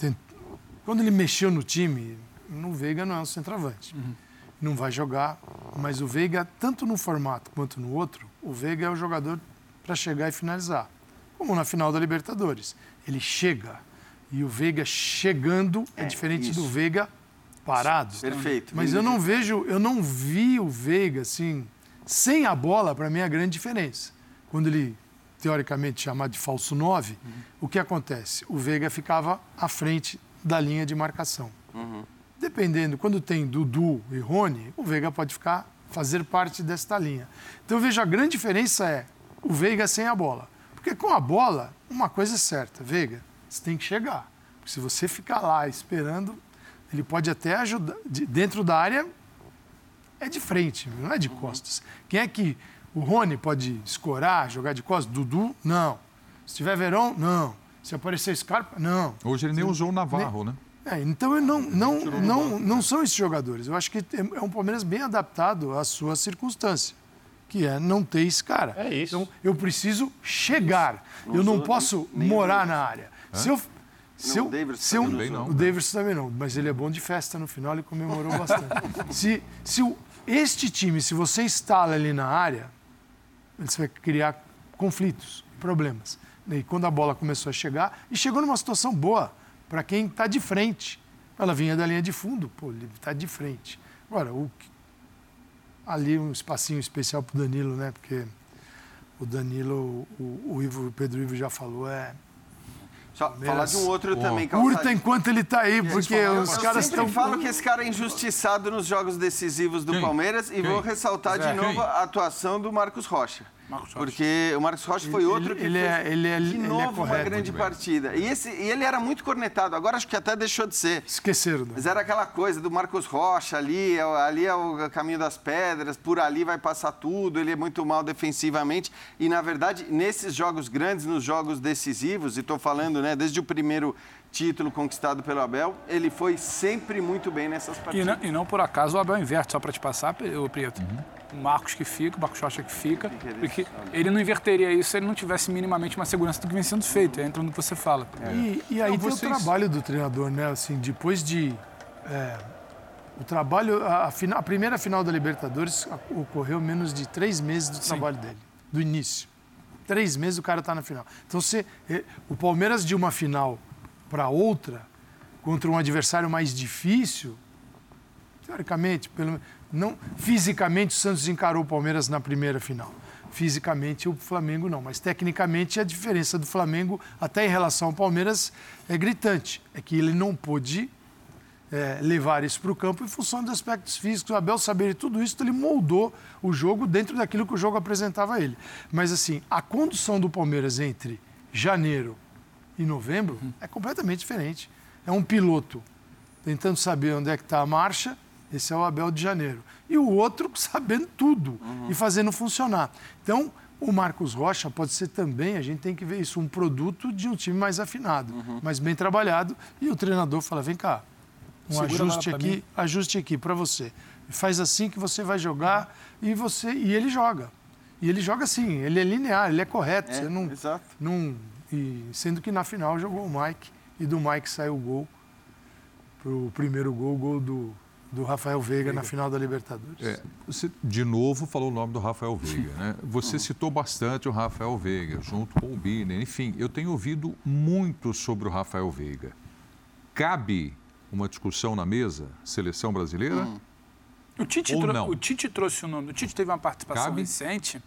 quando ele mexeu no time, o Veiga não é um centroavante. Uhum. Não vai jogar, mas o Veiga, tanto num formato quanto no outro, o Veiga é o jogador para chegar e finalizar. Como na final da Libertadores. Ele chega. E o Veiga chegando é, é diferente isso. do Veiga parado. Perfeito. Mas eu não vejo, eu não vi o Veiga assim, sem a bola, para mim é a grande diferença. Quando ele, teoricamente, chamado de falso nove, uhum. o que acontece? O Veiga ficava à frente da linha de marcação. Uhum. Dependendo, quando tem Dudu e Rony, o Veiga pode ficar, fazer parte desta linha. Então eu vejo a grande diferença é o Veiga sem a bola. Porque com a bola, uma coisa é certa, Veiga, você tem que chegar. Porque se você ficar lá esperando, ele pode até ajudar. De, dentro da área, é de frente, não é de costas. Quem é que o Rony pode escorar, jogar de costas? Dudu, não. Se tiver Verón, não. Se aparecer Scarpa, não. Hoje ele nem Você, usou o Navarro, nem, né? É, então, eu não, não, não, não são esses jogadores. Eu acho que é um Palmeiras bem adaptado à sua circunstância, que é não ter esse cara. É isso. Então, eu preciso chegar. Não eu não posso nem, morar nem na área. É? Se eu... Se não, eu, o Davidson se eu, também não. O Davidson também não, mas ele é bom de festa no final, ele comemorou bastante. se se o, este time, se você instala ali na área, você vai criar conflitos, problemas. E quando a bola começou a chegar, e chegou numa situação boa para quem está de frente. Ela vinha da linha de fundo, pô, ele está de frente. Agora, o, ali um espacinho especial para o Danilo, né? Porque o Danilo, o, o, Ivo, o Pedro Ivo já falou, é... Só falar de um outro oh. também, Calçadinho. Curta enquanto ele está aí, porque os eu caras estão... Eu sempre falo que esse cara é injustiçado nos jogos decisivos do Quem? Palmeiras e Quem? vou ressaltar Zé. de novo Quem? a atuação do Marcos Rocha. Porque o Marcos Rocha foi outro ele, que ele fez é, ele é, de ele novo é correto, uma grande partida. E, esse, e ele era muito cornetado, agora acho que até deixou de ser. Esqueceram. Né? Mas era aquela coisa do Marcos Rocha ali, é, ali é o caminho das pedras, por ali vai passar tudo, ele é muito mal defensivamente. E, na verdade, nesses jogos grandes, nos jogos decisivos, e estou falando, né, desde o primeiro título conquistado pelo Abel, ele foi sempre muito bem nessas partidas. E não, e não por acaso o Abel inverte, só para te passar, o Prieto. Uhum. O Marcos que fica, o Marcos Rocha que fica, porque ele não inverteria isso se ele não tivesse minimamente uma segurança do que vem sendo feito, entra no que você fala. É. E, e aí não, tem vocês... o trabalho do treinador, né? Assim, depois de... É, o trabalho... A, a, a primeira final da Libertadores ocorreu menos de três meses do Sim. trabalho dele, do início. Três meses o cara está na final. Então, você, o Palmeiras de uma final para outra, contra um adversário mais difícil, teoricamente, pelo não fisicamente o Santos encarou o Palmeiras na primeira final. Fisicamente o Flamengo não, mas tecnicamente a diferença do Flamengo até em relação ao Palmeiras é gritante. É que ele não pôde é, levar isso para o campo em função dos aspectos físicos. O Abel saber tudo isso, ele moldou o jogo dentro daquilo que o jogo apresentava a ele. Mas assim, a condução do Palmeiras entre janeiro e novembro uhum. é completamente diferente. É um piloto tentando saber onde é que está a marcha. Esse é o Abel de janeiro. E o outro sabendo tudo uhum. e fazendo funcionar. Então, o Marcos Rocha pode ser também, a gente tem que ver isso, um produto de um time mais afinado, uhum. mais bem trabalhado. E o treinador fala, vem cá, um Segura ajuste aqui, mim. ajuste aqui para você. Faz assim que você vai jogar e, você, e ele joga. E ele joga assim, ele é linear, ele é correto. É, você não, exato. Não, e, sendo que na final jogou o Mike e do Mike saiu o gol. Pro primeiro gol, o gol do... do Rafael Veiga, Veiga na final da Libertadores. É, você, de novo, falou o nome do Rafael Veiga, né? Você uhum. citou bastante o Rafael Veiga, junto com o Birner. Enfim, eu tenho ouvido muito sobre o Rafael Veiga. Cabe uma discussão na mesa, seleção brasileira? Uhum. O, Tite ou tro... não? o Tite trouxe o nome. O Tite teve uma participação Cabe? recente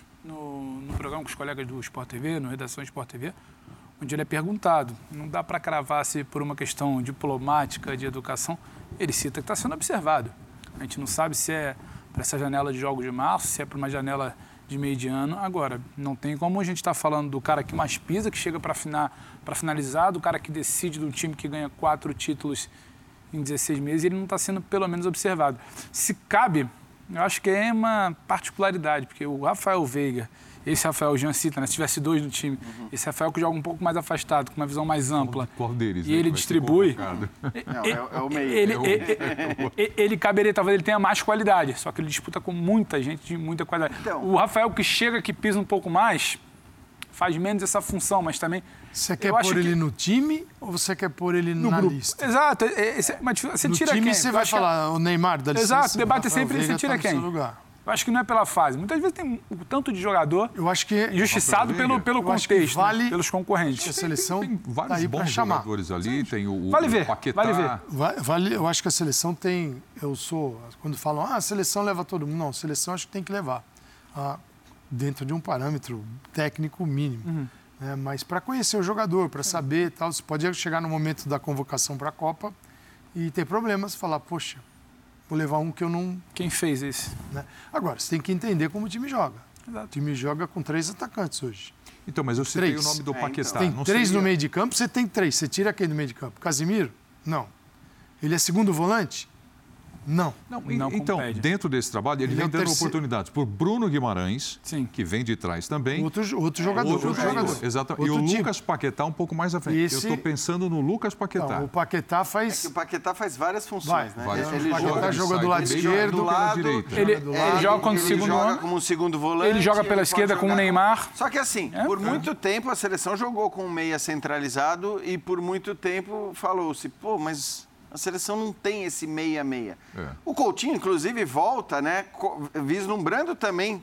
no, no programa com os colegas do Sport T V, no Redação Sport T V, onde ele é perguntado. Não dá para cravar se por uma questão diplomática, de educação. Ele cita que está sendo observado. A gente não sabe se é para essa janela de jogos de março, se é para uma janela de meio de ano. Agora, não tem como a gente estar tá falando do cara que mais pisa, que chega para finalizar, do cara que decide de um time que ganha quatro títulos em dezesseis meses, e ele não está sendo pelo menos observado. Se cabe, eu acho que é uma particularidade, porque o Rafael Veiga, esse Rafael, o Jean cita, né? Se tivesse dois no time, uhum. esse Rafael que joga um pouco mais afastado, com uma visão mais ampla, qual deles, e né? ele distribui... Não, é, é o meio. Ele, é o... ele, ele, ele caberia, talvez ele tenha mais qualidade, só que ele disputa com muita gente de muita qualidade. Então, o Rafael que chega, que pisa um pouco mais, faz menos essa função, mas também... Você quer pôr ele que... no time ou você quer pôr ele no na grupo? lista? Exato. É, é, mas você no tira time quem? você vai falar que... o Neymar da licença. Exato, o debate é sempre você tira tá quem? Eu acho que não é pela fase. Muitas vezes tem um tanto de jogador eu acho que injustiçado pelo, pelo contexto, vale, né? Pelos concorrentes. A seleção tem, tem vários tá aí bons chamar. jogadores ali, tem o, vale o ver, Paquetá. Vale ver. Vale, eu acho que a seleção tem... Eu sou... Quando falam, ah, a seleção leva todo mundo. Não, a seleção acho que tem que levar. Ah, dentro de um parâmetro técnico mínimo. Uhum. Né? Mas para conhecer o jogador, para saber e tal, você pode chegar no momento da convocação para a Copa e ter problemas, falar, poxa, vou levar um que eu não... Quem fez esse? Né? Agora, você tem que entender como o time joga. Exato. O time joga com três atacantes hoje. Então, mas eu citei três. o nome do é, Paquetá. Então. Tem não três seria... no meio de campo, você tem três. Você tira quem do meio de campo? Casimiro? Não. Ele é segundo volante? Não. Não, não então, compete. Dentro desse trabalho, ele, ele vem é dando terceiro. oportunidades por Bruno Guimarães, Sim. que vem de trás também. Outro, outro jogador. Outro, outro jogador. jogador. Exato. Outro e o tipo. Lucas Paquetá um pouco mais à frente. Esse... Eu estou pensando no Lucas Paquetá. Não, o Paquetá faz... É que o Paquetá faz várias funções, Vai, né? Várias ele o Paquetá joga do lado esquerdo, do lado, direita. Ele, do ele lado, joga como ele segundo joga homem. como um segundo volante. Ele joga pela esquerda com o Neymar. Só que assim, é? por é. muito tempo a seleção jogou com um meia centralizado e por muito tempo falou-se, pô, mas... A seleção não tem esse meia-meia. É. O Coutinho, inclusive, volta, né, vislumbrando também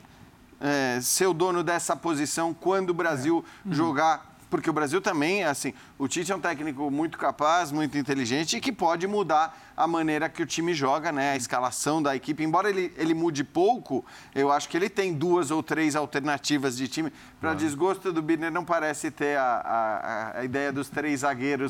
é, ser o dono dessa posição quando o Brasil é. uhum. jogar. Porque o Brasil também, assim, o Tite é um técnico muito capaz, muito inteligente e que pode mudar a maneira que o time joga, né? A escalação da equipe. Embora ele, ele mude pouco, eu acho que ele tem duas ou três alternativas de time. Para ah. desgosto do Birner, não parece ter a, a, a ideia dos três zagueiros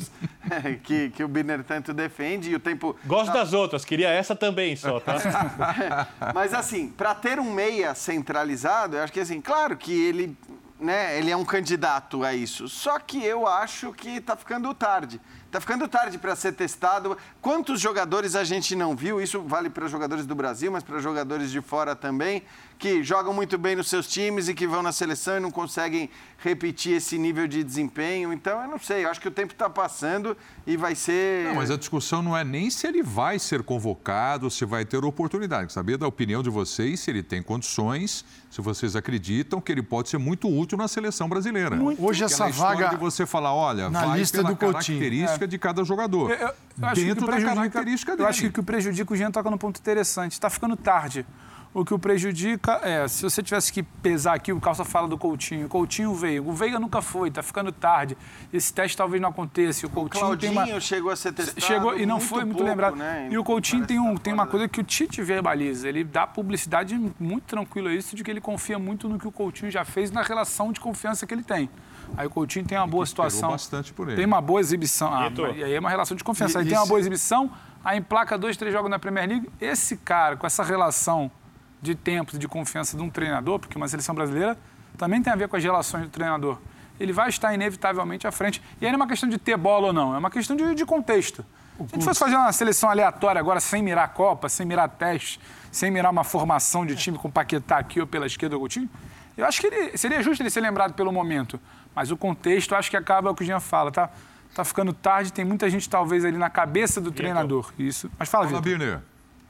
que, que o Birner tanto defende e o tempo... Gosto tá... das outras, queria essa também só, tá? Mas assim, para ter um meia centralizado, eu acho que assim, claro que ele, né, ele é um candidato a isso, só que eu acho que tá ficando tarde. Tá ficando tarde para ser testado. Quantos jogadores a gente não viu? Isso vale para jogadores do Brasil, mas para jogadores de fora também, que jogam muito bem nos seus times e que vão na seleção e não conseguem repetir esse nível de desempenho. Então, eu não sei. Eu acho que o tempo está passando e vai ser... Não, mas a discussão não é nem se ele vai ser convocado, se vai ter oportunidade. Saber da opinião de vocês, se ele tem condições, se vocês acreditam que ele pode ser muito útil na seleção brasileira. Muito. Hoje essa vaga... de você falar, olha, na vai lista pela do característica é. de cada jogador. Eu, eu, eu acho dentro que da característica dele. Eu acho que o que prejudica, o Jean toca num ponto interessante. Está ficando tarde. O que o prejudica é, se você tivesse que pesar aqui, o Calça fala do Coutinho. O Coutinho veio. O Veiga nunca foi, está ficando tarde. Esse teste talvez não aconteça. O Coutinho o Claudinho tem uma... chegou a ser testado. Chegou e não muito foi muito pouco, lembrado. Né? E o Coutinho tem, um, tá tem uma coisa que o Tite verbaliza. Ele dá publicidade muito tranquila a isso, de que ele confia muito no que o Coutinho já fez, na relação de confiança que ele tem. Aí o Coutinho tem uma boa situação. Bastante por ele. Tem uma boa exibição. Ah, e aí é uma relação de confiança. Ele tem uma boa exibição, aí emplaca dois, três jogos na Premier League. Esse cara, com essa relação de tempo, de confiança de um treinador, porque uma seleção brasileira também tem a ver com as relações do treinador, ele vai estar inevitavelmente à frente. E aí não é uma questão de ter bola ou não, é uma questão de, de contexto. Se a gente fosse fazer uma seleção aleatória agora, sem mirar a Copa, sem mirar teste, sem mirar uma formação de time com Paquetá aqui ou pela esquerda ou Coutinho, eu acho que ele, seria justo ele ser lembrado pelo momento. Mas o contexto, acho que acaba o que o Jean fala, tá? Tá ficando tarde, tem muita gente talvez ali na cabeça do treinador. Isso. Mas fala, Fala, Vitor. Birner.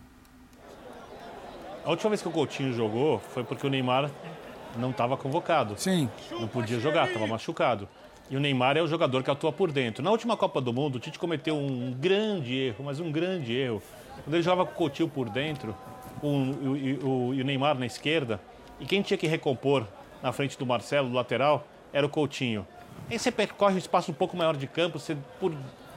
A última vez que o Coutinho jogou foi porque o Neymar não estava convocado. Sim. Não podia jogar, estava machucado. E o Neymar é o jogador que atua por dentro. Na última Copa do Mundo, o Tite cometeu um grande erro, mas um grande erro. Quando ele jogava com o Coutinho por dentro, o, o, o, e o Neymar na esquerda, e quem tinha que recompor na frente do Marcelo, do lateral, era o Coutinho. Aí você percorre um espaço um pouco maior de campo, você, por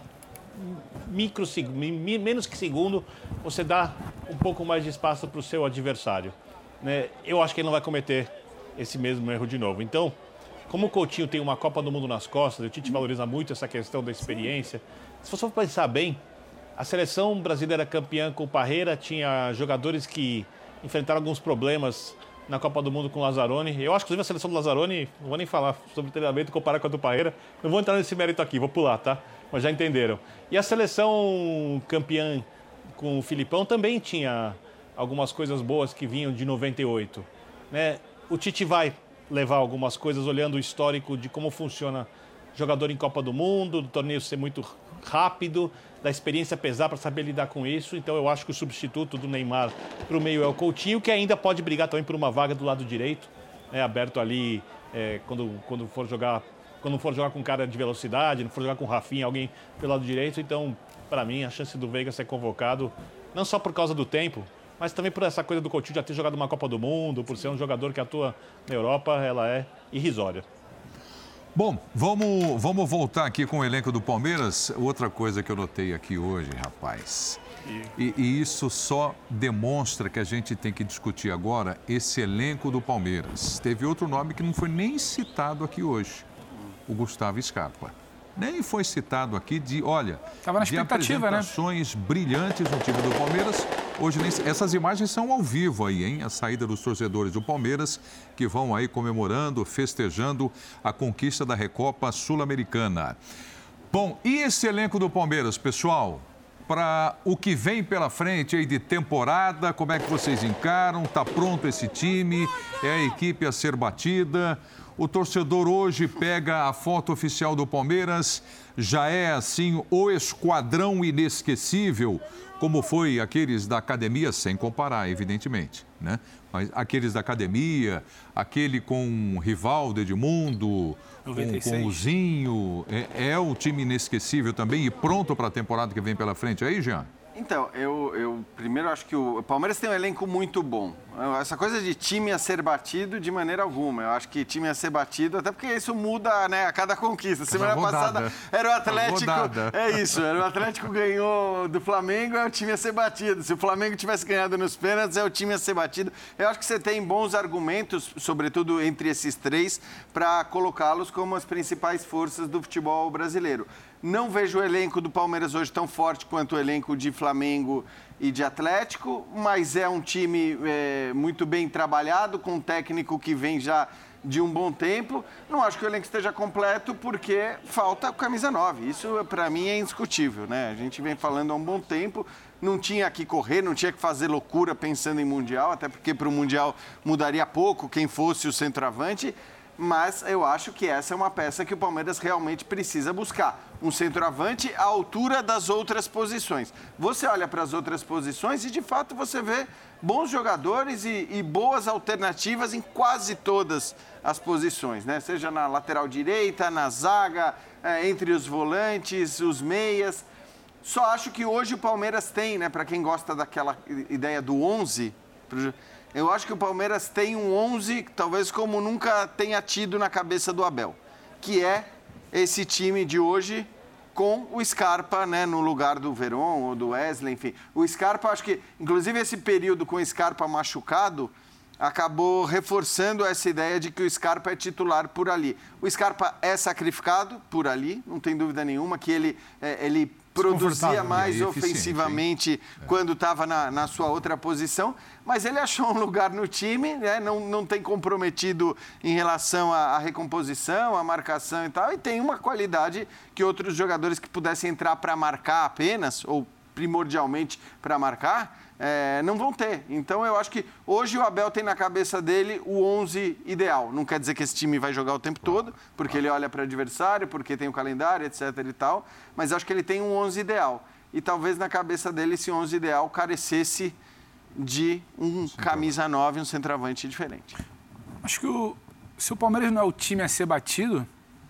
micro, menos que segundo, você dá um pouco mais de espaço para o seu adversário. Né? Eu acho que ele não vai cometer esse mesmo erro de novo. Então, como o Coutinho tem uma Copa do Mundo nas costas, o Tite valoriza muito essa questão da experiência. Se você for pensar bem, a seleção brasileira campeã com o Parreira tinha jogadores que enfrentaram alguns problemas na Copa do Mundo com o Lazzaroni. Eu acho que, inclusive, a seleção do Lazzaroni, não vou nem falar sobre treinamento, comparar com a do Parreira, não vou entrar nesse mérito aqui, vou pular, tá? Mas já entenderam. E a seleção campeã com o Filipão também tinha algumas coisas boas que vinham de noventa e oito. Né? O Tite vai levar algumas coisas olhando o histórico de como funciona jogador em Copa do Mundo, do torneio ser muito rápido, da experiência pesar para saber lidar com isso. Então eu acho que o substituto do Neymar para o meio é o Coutinho, que ainda pode brigar também por uma vaga do lado direito, né? Aberto ali é, quando, quando for jogar, quando for jogar com cara de velocidade, não for jogar com o Rafinha, alguém pelo lado direito. Então, para mim, a chance do Veiga ser convocado, não só por causa do tempo, mas também por essa coisa do Coutinho já ter jogado uma Copa do Mundo, por ser um jogador que atua na Europa, ela é irrisória. Bom, vamos, vamos voltar aqui com o elenco do Palmeiras. Outra coisa que eu notei aqui hoje, rapaz, e, e isso só demonstra que a gente tem que discutir agora esse elenco do Palmeiras. Teve outro nome que não foi nem citado aqui hoje, o Gustavo Scarpa. Nem foi citado aqui de, olha, Tava na de expectativa, apresentações né? brilhantes no time do Palmeiras. Hoje, nem, essas imagens são ao vivo aí, hein? A saída dos torcedores do Palmeiras, que vão aí comemorando, festejando a conquista da Recopa Sul-Americana. Bom, e esse elenco do Palmeiras, pessoal? Para o que vem pela frente aí de temporada, como é que vocês encaram? Tá pronto esse time? É a equipe a ser batida? O torcedor hoje pega a foto oficial do Palmeiras, já é assim o esquadrão inesquecível, como foi aqueles da academia, sem comparar, evidentemente, né? Mas aqueles da academia, aquele com o Rivaldo, Edmundo, com, com o Zinho, é, é o time inesquecível também e pronto para a temporada que vem pela frente aí, Jean? Então, eu, eu primeiro acho que o Palmeiras tem um elenco muito bom. Essa coisa de time a ser batido, de maneira alguma. Eu acho que time a ser batido, até porque isso muda, né, a cada conquista. Semana passada era o Atlético... É isso, era o Atlético ganhou do Flamengo, é o time a ser batido. Se o Flamengo tivesse ganhado nos pênaltis, é o time a ser batido. Eu acho que você tem bons argumentos, sobretudo entre esses três, para colocá-los como as principais forças do futebol brasileiro. Não vejo o elenco do Palmeiras hoje tão forte quanto o elenco de Flamengo e de Atlético, mas é um time é, muito bem trabalhado, com um técnico que vem já de um bom tempo. Não acho que o elenco esteja completo porque falta camisa nove. Isso, para mim, é indiscutível, né? A gente vem falando há um bom tempo, não tinha que correr, não tinha que fazer loucura pensando em Mundial, até porque para o Mundial mudaria pouco quem fosse o centroavante. Mas eu acho que essa é uma peça que o Palmeiras realmente precisa buscar. Um centroavante à altura das outras posições. Você olha para as outras posições e, de fato, você vê bons jogadores e, e boas alternativas em quase todas as posições, né? Seja na lateral direita, na zaga, é, entre os volantes, os meias. Só acho que hoje o Palmeiras tem, né, para quem gosta daquela ideia do onze... Eu acho que o Palmeiras tem um onze, talvez como nunca tenha tido na cabeça do Abel, que é esse time de hoje com o Scarpa, né, no lugar do Veron ou do Wesley, enfim. O Scarpa, acho que, inclusive, esse período com o Scarpa machucado acabou reforçando essa ideia de que o Scarpa é titular por ali. O Scarpa é sacrificado por ali, não tem dúvida nenhuma, que ele... É, ele produzia mais ofensivamente quando estava na, na sua outra posição, mas ele achou um lugar no time, né? não, não tem comprometido em relação à, à recomposição, à marcação e tal, e tem uma qualidade que outros jogadores que pudessem entrar para marcar apenas, ou primordialmente para marcar, é, não vão ter. Então, eu acho que hoje o Abel tem na cabeça dele o onze ideal. Não quer dizer que esse time vai jogar o tempo todo, porque ele olha para o adversário, porque tem o calendário, etc e tal, mas acho que ele tem um onze ideal. E talvez na cabeça dele esse onze ideal carecesse de um camisa nove, um centroavante diferente. Acho que o, se o Palmeiras não é o time a ser batido,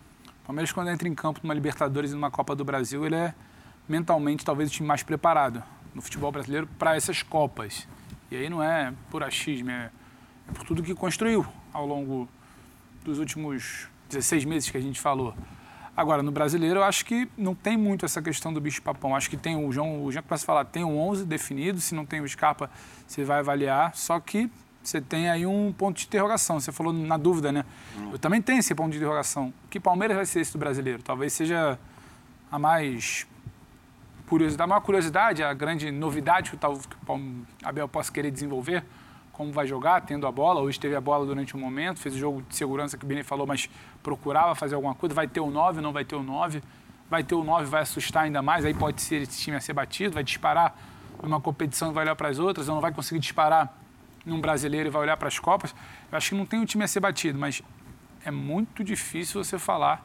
o Palmeiras, quando entra em campo numa Libertadores e numa Copa do Brasil, ele é mentalmente talvez o time mais preparado no futebol brasileiro para essas Copas. E aí não é por achismo, é, é por tudo que construiu ao longo dos últimos dezesseis meses que a gente falou. Agora, no brasileiro, eu acho que não tem muito essa questão do bicho-papão. Acho que tem o João, o João começa a falar, tem um onze definido, se não tem o Scarpa, você vai avaliar, só que você tem aí um ponto de interrogação. Você falou na dúvida, né? Hum. Eu também tenho esse ponto de interrogação. Que Palmeiras vai ser esse do brasileiro? Talvez seja a mais... curiosidade, a maior curiosidade, a grande novidade que o, que o Abel possa querer desenvolver, como vai jogar, tendo a bola. Hoje teve a bola durante um momento, fez o jogo de segurança que o Bini falou, mas procurava fazer alguma coisa. Vai ter o nove, não vai ter o nove. Vai ter o nove, vai assustar ainda mais. Aí pode ser esse time a ser batido, vai disparar numa competição e vai olhar para as outras, ou não vai conseguir disparar num brasileiro e vai olhar para as Copas. Eu acho que não tem um time a ser batido, mas é muito difícil você falar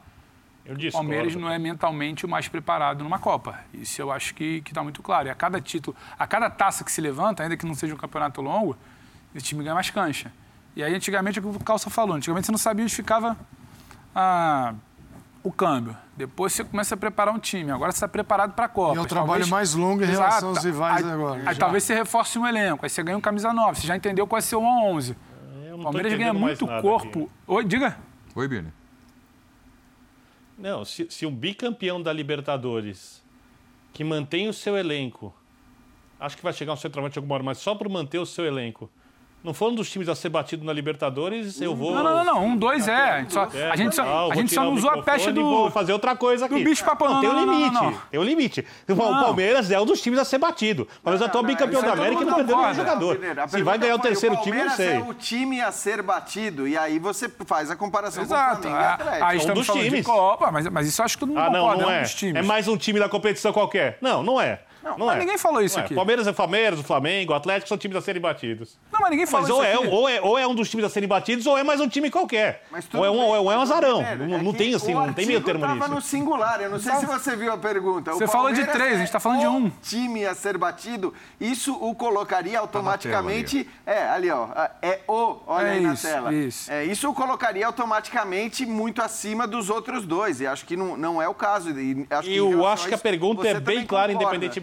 o Palmeiras não é mentalmente o mais preparado numa Copa. Isso eu acho que está muito claro. E a cada título, a cada taça que se levanta, ainda que não seja um campeonato longo, o time ganha mais cancha. E aí, antigamente, é o que o Calça falou, antigamente você não sabia onde ficava ah, o câmbio. Depois você começa a preparar um time. Agora você está preparado para a Copa. E é o trabalho talvez... mais longo em relação aos rivais aí, agora. Aí já. Talvez você reforce um elenco, aí você ganha um camisa nove, você já entendeu qual é ser o onze. O Palmeiras ganha muito corpo. Aqui. Oi, diga. Oi, Bini. Não, se, se um bicampeão da Libertadores que mantém o seu elenco, acho que vai chegar um centroavante alguma hora, mas só por manter o seu elenco, não for um dos times a ser batido na Libertadores, eu vou... Não, não, não, não. um, dois é. A gente só, a gente só, ah, a gente só não usou a peste do... vou fazer outra coisa aqui. Do bicho-papão. Não, tem um limite, não, não, não. tem um limite. O Palmeiras é um dos times a ser batido. O Palmeiras é atual bicampeão da América e não perdeu nenhum jogador. Se vai ganhar o terceiro time, eu não sei. O Palmeiras é o time a ser batido, e aí você faz a comparação Exato. com o Flamengo e Atlético. Aí estamos falando de Copa, mas, mas isso eu acho que todo mundo ah, não, concorda, não é é. um dos times. É mais um time da competição qualquer. Não, não é. Não, não mas é. ninguém falou isso não aqui. É. Palmeiras é Palmeiras, o Flamengo, o Atlético são times a serem batidos. Não, mas ninguém falou mas isso ou aqui. É, ou, é, ou é um dos times a serem batidos, ou é mais um time qualquer. Ou é um, ou é um, ou é um azarão. É não, não tem assim, não tem meio termo nisso. Estava no singular, eu não sei se você viu a pergunta. Você falou de três, a gente está falando de um. Time a ser batido, isso o colocaria automaticamente... Tá é, ali, ó. É o, olha é aí isso, na tela. Isso. É, isso o colocaria automaticamente muito acima dos outros dois. E acho que não, não é o caso. E acho que eu acho que a pergunta é bem clara, independentemente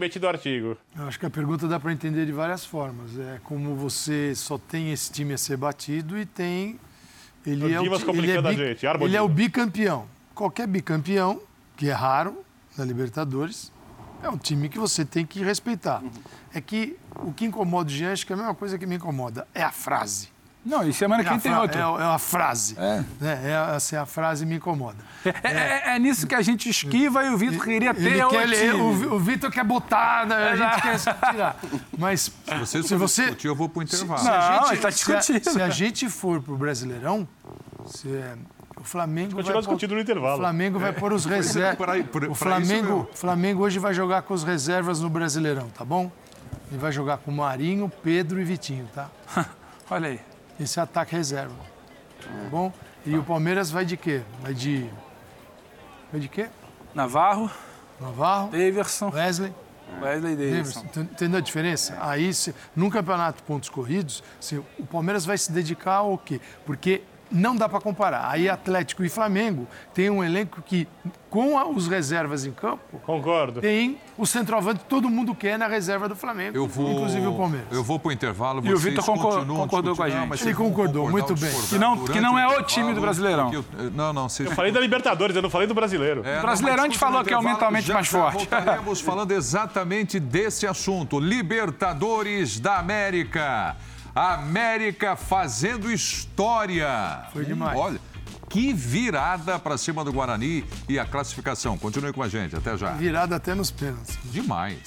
lembrete do artigo. Eu acho que a pergunta dá para entender de várias formas. É como você só tem esse time a ser batido e tem... Ele é, o, ele, é bi, gente, ele é o bicampeão. Qualquer bicampeão, que é raro na Libertadores, é um time que você tem que respeitar. É que o que incomoda o Jean, acho que é a mesma coisa que me incomoda, é a frase. Não, e semana que vem tem outra. É, é a frase. É. É, é, assim, a frase me incomoda. É, é, é, é nisso que a gente esquiva e o Vitor queria ter ele quer, ele, o, o Vitor quer botar, né? A gente quer tirar. Mas se você, se você discutir, eu vou para o intervalo. Se, se, a gente, tá discutindo. Se, a, se a gente for para o Brasileirão, se, o Flamengo vai pôr, discutindo no intervalo. O Flamengo vai pôr os reservas. O Flamengo, Flamengo hoje vai jogar com os reservas no Brasileirão, tá bom? Ele vai jogar com Marinho, Pedro e Vitinho, tá? Olha aí. Esse ataque reserva. Tá bom? E o Palmeiras vai de quê? Vai de... Vai de quê? Navarro. Navarro. Daverson. Wesley. Wesley Daverson. Entendeu a diferença? Aí, se, num campeonato pontos corridos, se, o Palmeiras vai se dedicar ao quê? Porque não dá para comparar. Aí Atlético e Flamengo tem um elenco que, com a, os reservas em campo... Concordo. Tem o centroavante que todo mundo quer na reserva do Flamengo, eu vou, inclusive o Palmeiras. Eu vou para o intervalo. E o Vitor concordou com a gente. Ele concordou, muito bem. Que não, que não é o time do Brasileirão. Eu, não, não, vocês... eu falei da Libertadores, eu não falei do Brasileiro. É, o Brasileirão a gente falou que é mentalmente mais forte. Voltaremos falando exatamente desse assunto. Libertadores da América. América fazendo história. Foi demais. Olha, que virada para cima do Guarani e a classificação. Continue com a gente, até já. Virada até nos pênaltis. Demais.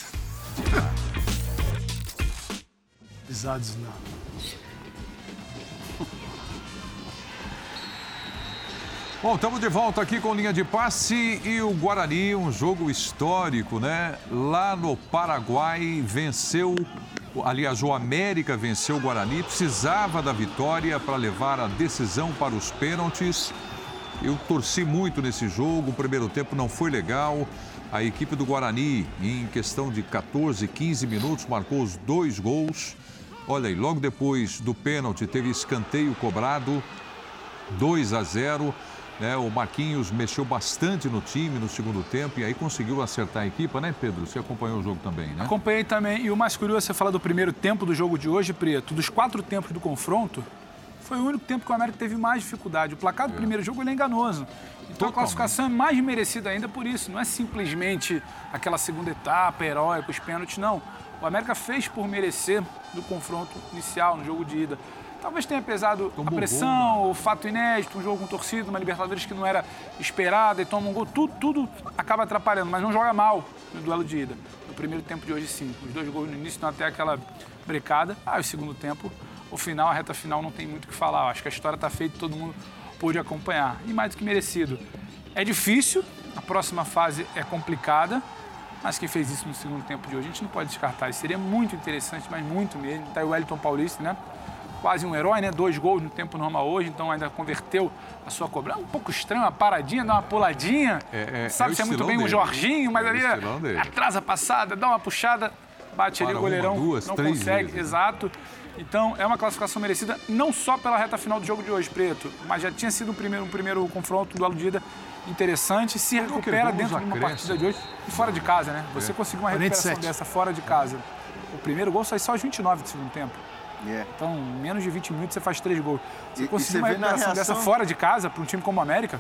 Pisados não. Bom, estamos de volta aqui com linha de passe e o Guarani, um jogo histórico, né? Lá no Paraguai, venceu, aliás, o América venceu o Guarani, precisava da vitória para levar a decisão para os pênaltis. Eu torci muito nesse jogo, o primeiro tempo não foi legal. A equipe do Guarani, em questão de quatorze, quinze minutos, marcou os dois gols. Olha aí, logo depois do pênalti, teve escanteio cobrado, dois a zero. Né, o Marquinhos mexeu bastante no time no segundo tempo e aí conseguiu acertar a equipe, né, Pedro? Você acompanhou o jogo também, né? Acompanhei também. E o mais curioso, você fala do primeiro tempo do jogo de hoje, Preto. Dos quatro tempos do confronto, foi o único tempo que o América teve mais dificuldade. O placar do é. primeiro jogo ele é enganoso. Então Totalmente. A classificação é mais merecida ainda por isso. Não é simplesmente aquela segunda etapa, heróica, os pênaltis, não. O América fez por merecer no confronto inicial, no jogo de ida. Talvez tenha pesado Tomou a pressão, gol, né? O fato inédito, um jogo com torcida, uma Libertadores que não era esperada e toma um gol. Tudo, tudo acaba atrapalhando, mas não joga mal no duelo de ida. No primeiro tempo de hoje, sim. Os dois gols no início dão até aquela brecada. Ah, o segundo tempo, o final, a reta final, não tem muito o que falar. Eu acho que a história está feita e todo mundo pôde acompanhar. E mais do que merecido. É difícil, a próxima fase é complicada, mas quem fez isso no segundo tempo de hoje, a gente não pode descartar. Isso seria muito interessante, mas muito mesmo. Tá aí o Wellington Paulista, né? Quase um herói, né? Dois gols no tempo normal hoje, então ainda converteu a sua cobrança. Um pouco estranho, uma paradinha, dá uma puladinha. É, é, Sabe se é, é muito bem dele. Um Jorginho, mas é ali atrasa a passada, dá uma puxada, bate Para ali o goleirão, uma, duas, não consegue. Vezes, exato. Então, é uma classificação merecida, não só pela reta final do jogo de hoje, Preto, mas já tinha sido um primeiro, um primeiro confronto, um duelo de ida interessante, se recupera dentro de uma partida de hoje e fora de casa, né? Você é. conseguiu uma recuperação dessa fora de casa. O primeiro gol sai só aos vinte e nove do segundo tempo. Yeah. Então, em menos de vinte minutos, você faz três gols. Você e, conseguiu e você uma recuperação reação... dessa fora de casa para um time como o América?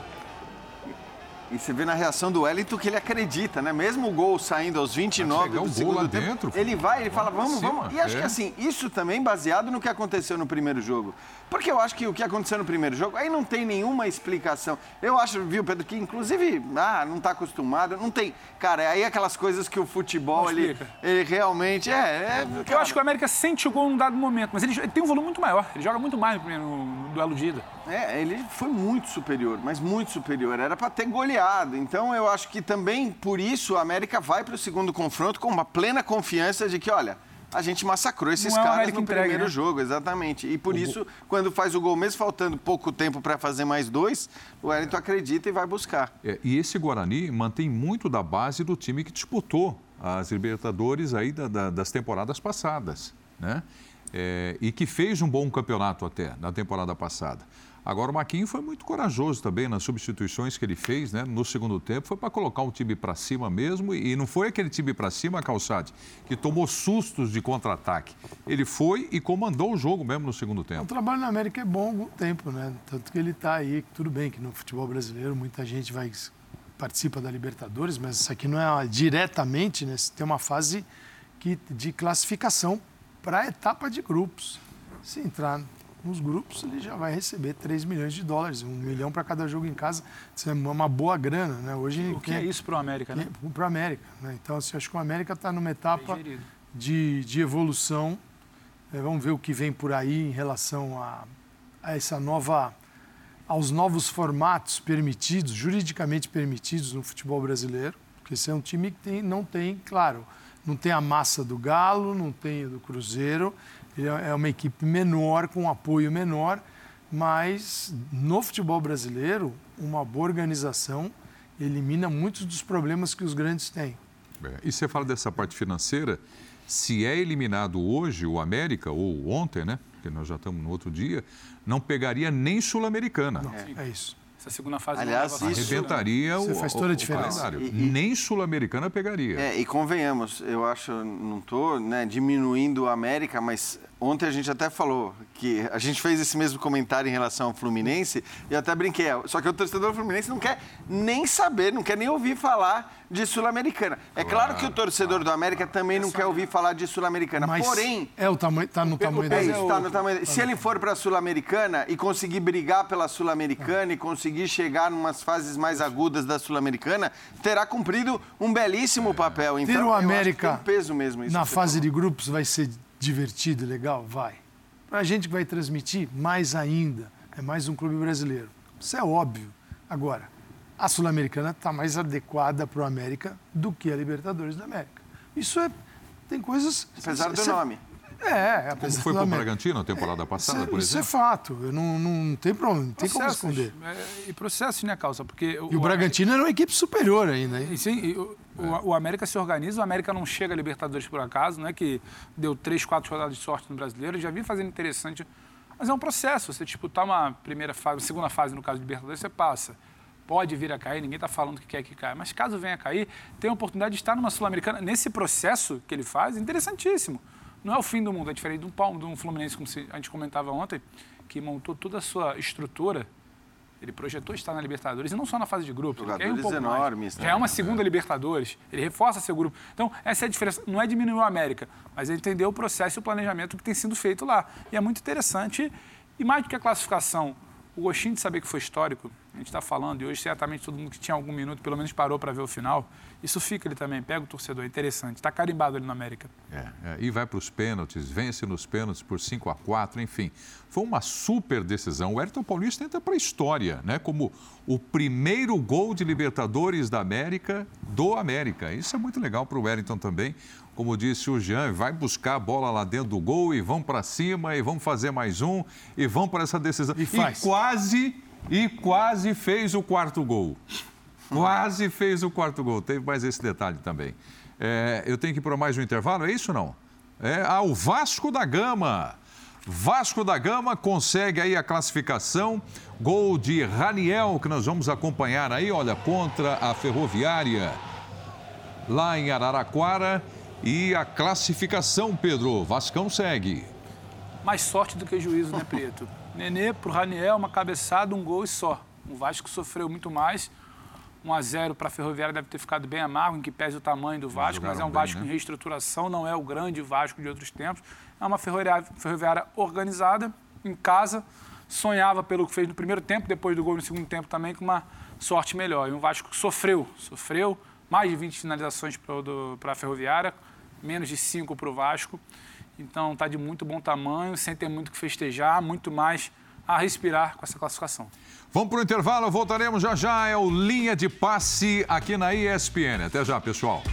E você vê na reação do Wellington que ele acredita, né? Mesmo o gol saindo aos vinte e nove do segundo tempo, dentro, ele vai, ele fala, vamos, vamos. E acho é. que assim, isso também baseado no que aconteceu no primeiro jogo. Porque eu acho que o que aconteceu no primeiro jogo, aí não tem nenhuma explicação. Eu acho, viu, Pedro, que inclusive, ah, não está acostumado, não tem. Cara, aí aquelas coisas que o futebol, ele, ele realmente é... é eu acho que o América sente o gol num dado momento, mas ele, ele tem um volume muito maior, ele joga muito mais no, primeiro, no duelo de ida. É, ele foi muito superior, mas muito superior. Era para ter goleado. Então, eu acho que também, por isso, a América vai para o segundo confronto com uma plena confiança de que, olha, a gente massacrou esses Não caras é no entregue, primeiro né? jogo, exatamente. E por o isso, quando faz o gol, mesmo faltando pouco tempo para fazer mais dois, o Wellington acredita e vai buscar. É, e esse Guarani mantém muito da base do time que disputou as Libertadores aí da, da, das temporadas passadas, né? É, e que fez um bom campeonato até na temporada passada. Agora, o Marquinhos foi muito corajoso também nas substituições que ele fez, né? No segundo tempo, foi para colocar um time para cima mesmo, e não foi aquele time para cima, Calçade, que tomou sustos de contra-ataque. Ele foi e comandou o jogo mesmo no segundo tempo. O trabalho na América é bom há algum tempo, né? Tanto que ele está aí, tudo bem que no futebol brasileiro muita gente vai participa da Libertadores, mas isso aqui não é diretamente, né? Tem uma fase que, de classificação para a etapa de grupos. Se entrar nos grupos, ele já vai receber três milhões de dólares, um milhão para cada jogo em casa. Isso é uma boa grana, né? Hoje, o que é isso para o América, né? Para o América, né? Então, assim, acho que o América está numa etapa de, de evolução. É, vamos ver o que vem por aí em relação a, a essa nova, aos novos formatos permitidos, juridicamente permitidos no futebol brasileiro, porque esse é um time que tem, não tem, claro, não tem a massa do Galo, não tem a do Cruzeiro. É uma equipe menor, com um apoio menor, mas no futebol brasileiro, uma boa organização elimina muitos dos problemas que os grandes têm. É, e você fala dessa parte financeira, se é eliminado hoje o América, ou ontem, né? Porque nós já estamos no outro dia, não pegaria nem Sul-Americana. É, é isso. Essa segunda fase Aliás, não isso arrebentaria o, faz toda a o, diferença. o calendário. E, e, Nem Sul-Americana pegaria. É, e convenhamos, eu acho, não estou né, diminuindo a América, mas ontem a gente até falou que a gente fez esse mesmo comentário em relação ao Fluminense e eu até brinquei, só que o torcedor do Fluminense não quer nem saber, não quer nem ouvir falar de Sul-Americana. É claro, claro que o torcedor claro. do América também não quer ouvir falar de Sul-Americana, porém... É, o tamanho, tá no tamanho da... É, tá no tamanho... Se ele for para a Sul-Americana e conseguir brigar pela Sul-Americana e conseguir chegar numas fases mais agudas da Sul-Americana, terá cumprido um belíssimo papel. Então, ter o América eu acho que tem um peso mesmo isso na fase de grupos vai ser divertido e legal? Vai. Para a gente que vai transmitir, mais ainda. É mais um clube brasileiro. Isso é óbvio. Agora, a Sul-Americana está mais adequada para o América do que a Libertadores da América. Isso é... Tem coisas... Apesar do isso nome. É, é Como foi para o Bragantino na temporada passada, isso, por isso exemplo? Isso é fato. Eu não, não tem problema, não tem como esconder. É, e processo, né, Calça? Porque o, e o, o Bragantino América... era uma equipe superior ainda, hein? E, sim, e o, é. o, o América se organiza, o América não chega a Libertadores por acaso, não é que deu três, quatro rodadas de sorte no Brasileiro, já vinha fazendo interessante, mas é um processo. Você disputar uma primeira fase, segunda fase, no caso de Libertadores, você passa. Pode vir a cair, ninguém está falando que quer que caia, mas caso venha a cair, tem a oportunidade de estar numa Sul-Americana. Nesse processo que ele faz, interessantíssimo. Não é o fim do mundo, é diferente de um, palmo, de um Fluminense, como a gente comentava ontem, que montou toda a sua estrutura, ele projetou estar na Libertadores, e não só na fase de grupos. Jogadores um pouco enormes. Né? Já é uma segunda é. Libertadores, ele reforça seu grupo. Então, essa é a diferença. Não é diminuir o América, mas é entender o processo e o planejamento que tem sido feito lá. E é muito interessante, e mais do que a classificação, o gostinho de saber que foi histórico, a gente está falando, e hoje certamente todo mundo que tinha algum minuto, pelo menos parou para ver o final, isso fica ali também, pega o torcedor, é interessante, está carimbado ali no América. É, é, e vai para os pênaltis, vence nos pênaltis por cinco a quatro, enfim. Foi uma super decisão. O Wellington Paulista entra para a história, né? Como o primeiro gol de Libertadores da América, do América. Isso é muito legal para o Wellington também. Como disse o Jean, vai buscar a bola lá dentro do gol e vão para cima e vão fazer mais um e vão para essa decisão. E, faz. e quase, e quase fez o quarto gol. Quase fez o quarto gol. Teve mais esse detalhe também. É, eu tenho que ir para mais um intervalo, é isso ou não? É, ah, o Vasco da Gama. Vasco da Gama consegue aí a classificação. Gol de Raniel, que nós vamos acompanhar aí, olha, contra a Ferroviária, lá em Araraquara. E a classificação, Pedro, Vascão segue. Mais sorte do que juízo, né, Preto? Nenê pro Raniel, uma cabeçada, um gol e só. O Vasco sofreu muito mais. um a zero para a Ferroviária deve ter ficado bem amargo, em que pese o tamanho do Vasco, mas é um bem, Vasco né? em reestruturação, não é o grande Vasco de outros tempos. É uma ferroviária, ferroviária organizada, em casa, sonhava pelo que fez no primeiro tempo, depois do gol no segundo tempo também, com uma sorte melhor. E um Vasco que sofreu, sofreu, mais de vinte finalizações para a Ferroviária, menos de cinco para o Vasco. Então está de muito bom tamanho, sem ter muito que festejar, muito mais a respirar com essa classificação. Vamos para o intervalo, voltaremos já já. É o Linha de Passe aqui na E S P N. Até já, pessoal.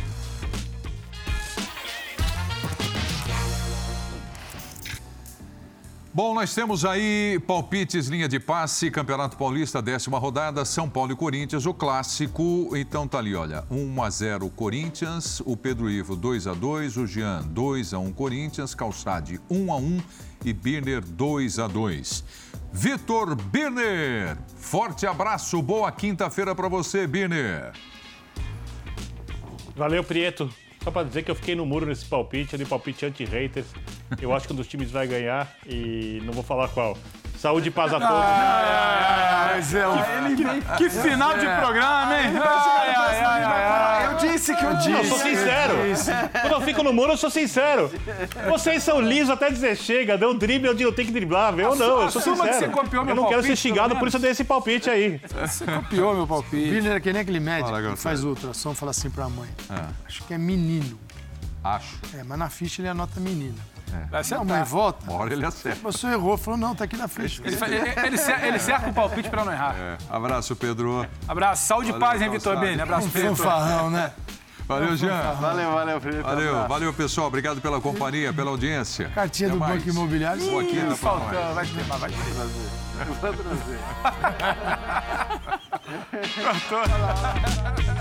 Bom, nós temos aí palpites, linha de passe, Campeonato Paulista, décima rodada, São Paulo e Corinthians, o clássico. Então tá ali, olha, um a zero Corinthians, o Pedro Ivo dois a dois, o Jean dois a um Corinthians, Calçade um a um e Birner dois a dois. Vitor Birner, forte abraço, boa quinta-feira para você, Birner. Valeu, Prieto. Só para dizer que eu fiquei no muro nesse palpite, de palpite anti-haters. Eu acho que um dos times vai ganhar e não vou falar qual. Saúde e paz a todos. Ah, mas é, que, que final de programa, hein? Ai, ai, ai, ai, eu disse que eu disse. Eu sou sincero. Quando eu fico no muro, eu sou sincero. Vocês são lisos até dizer chega, deu um drible, eu digo, eu tenho que driblar. Eu não, eu sou Assuma sincero. que você copiou meu eu não quero palpite, ser xingado, pelo por isso eu dei esse palpite aí. Você copiou meu palpite. Birner é que nem aquele médico Fala, que faz o ultrassom e fala assim pra mãe. Acho que é menino. Acho. É, mas na ficha ele anota menina. Vai A acertar. mãe volta. Uma hora ele acerta. Você errou. Falou, não, tá aqui na ficha. Ele, ele, ele, cer- ele cerca o palpite pra não errar. É. Abraço, Pedro. Abraço, saúde e Valeu, paz, hein, Vitor Calçade. Bene? Abraço, Um Pedro. fanfarrão, né? Valeu, Jean. Valeu, valeu, Felipe. Valeu, valeu, pessoal. Obrigado pela companhia, pela audiência. Cartinha Até do mais. Banco Imobiliário. Boa quinta pra nós. Faltou, vai ter, mas vai ter. Vou trazer.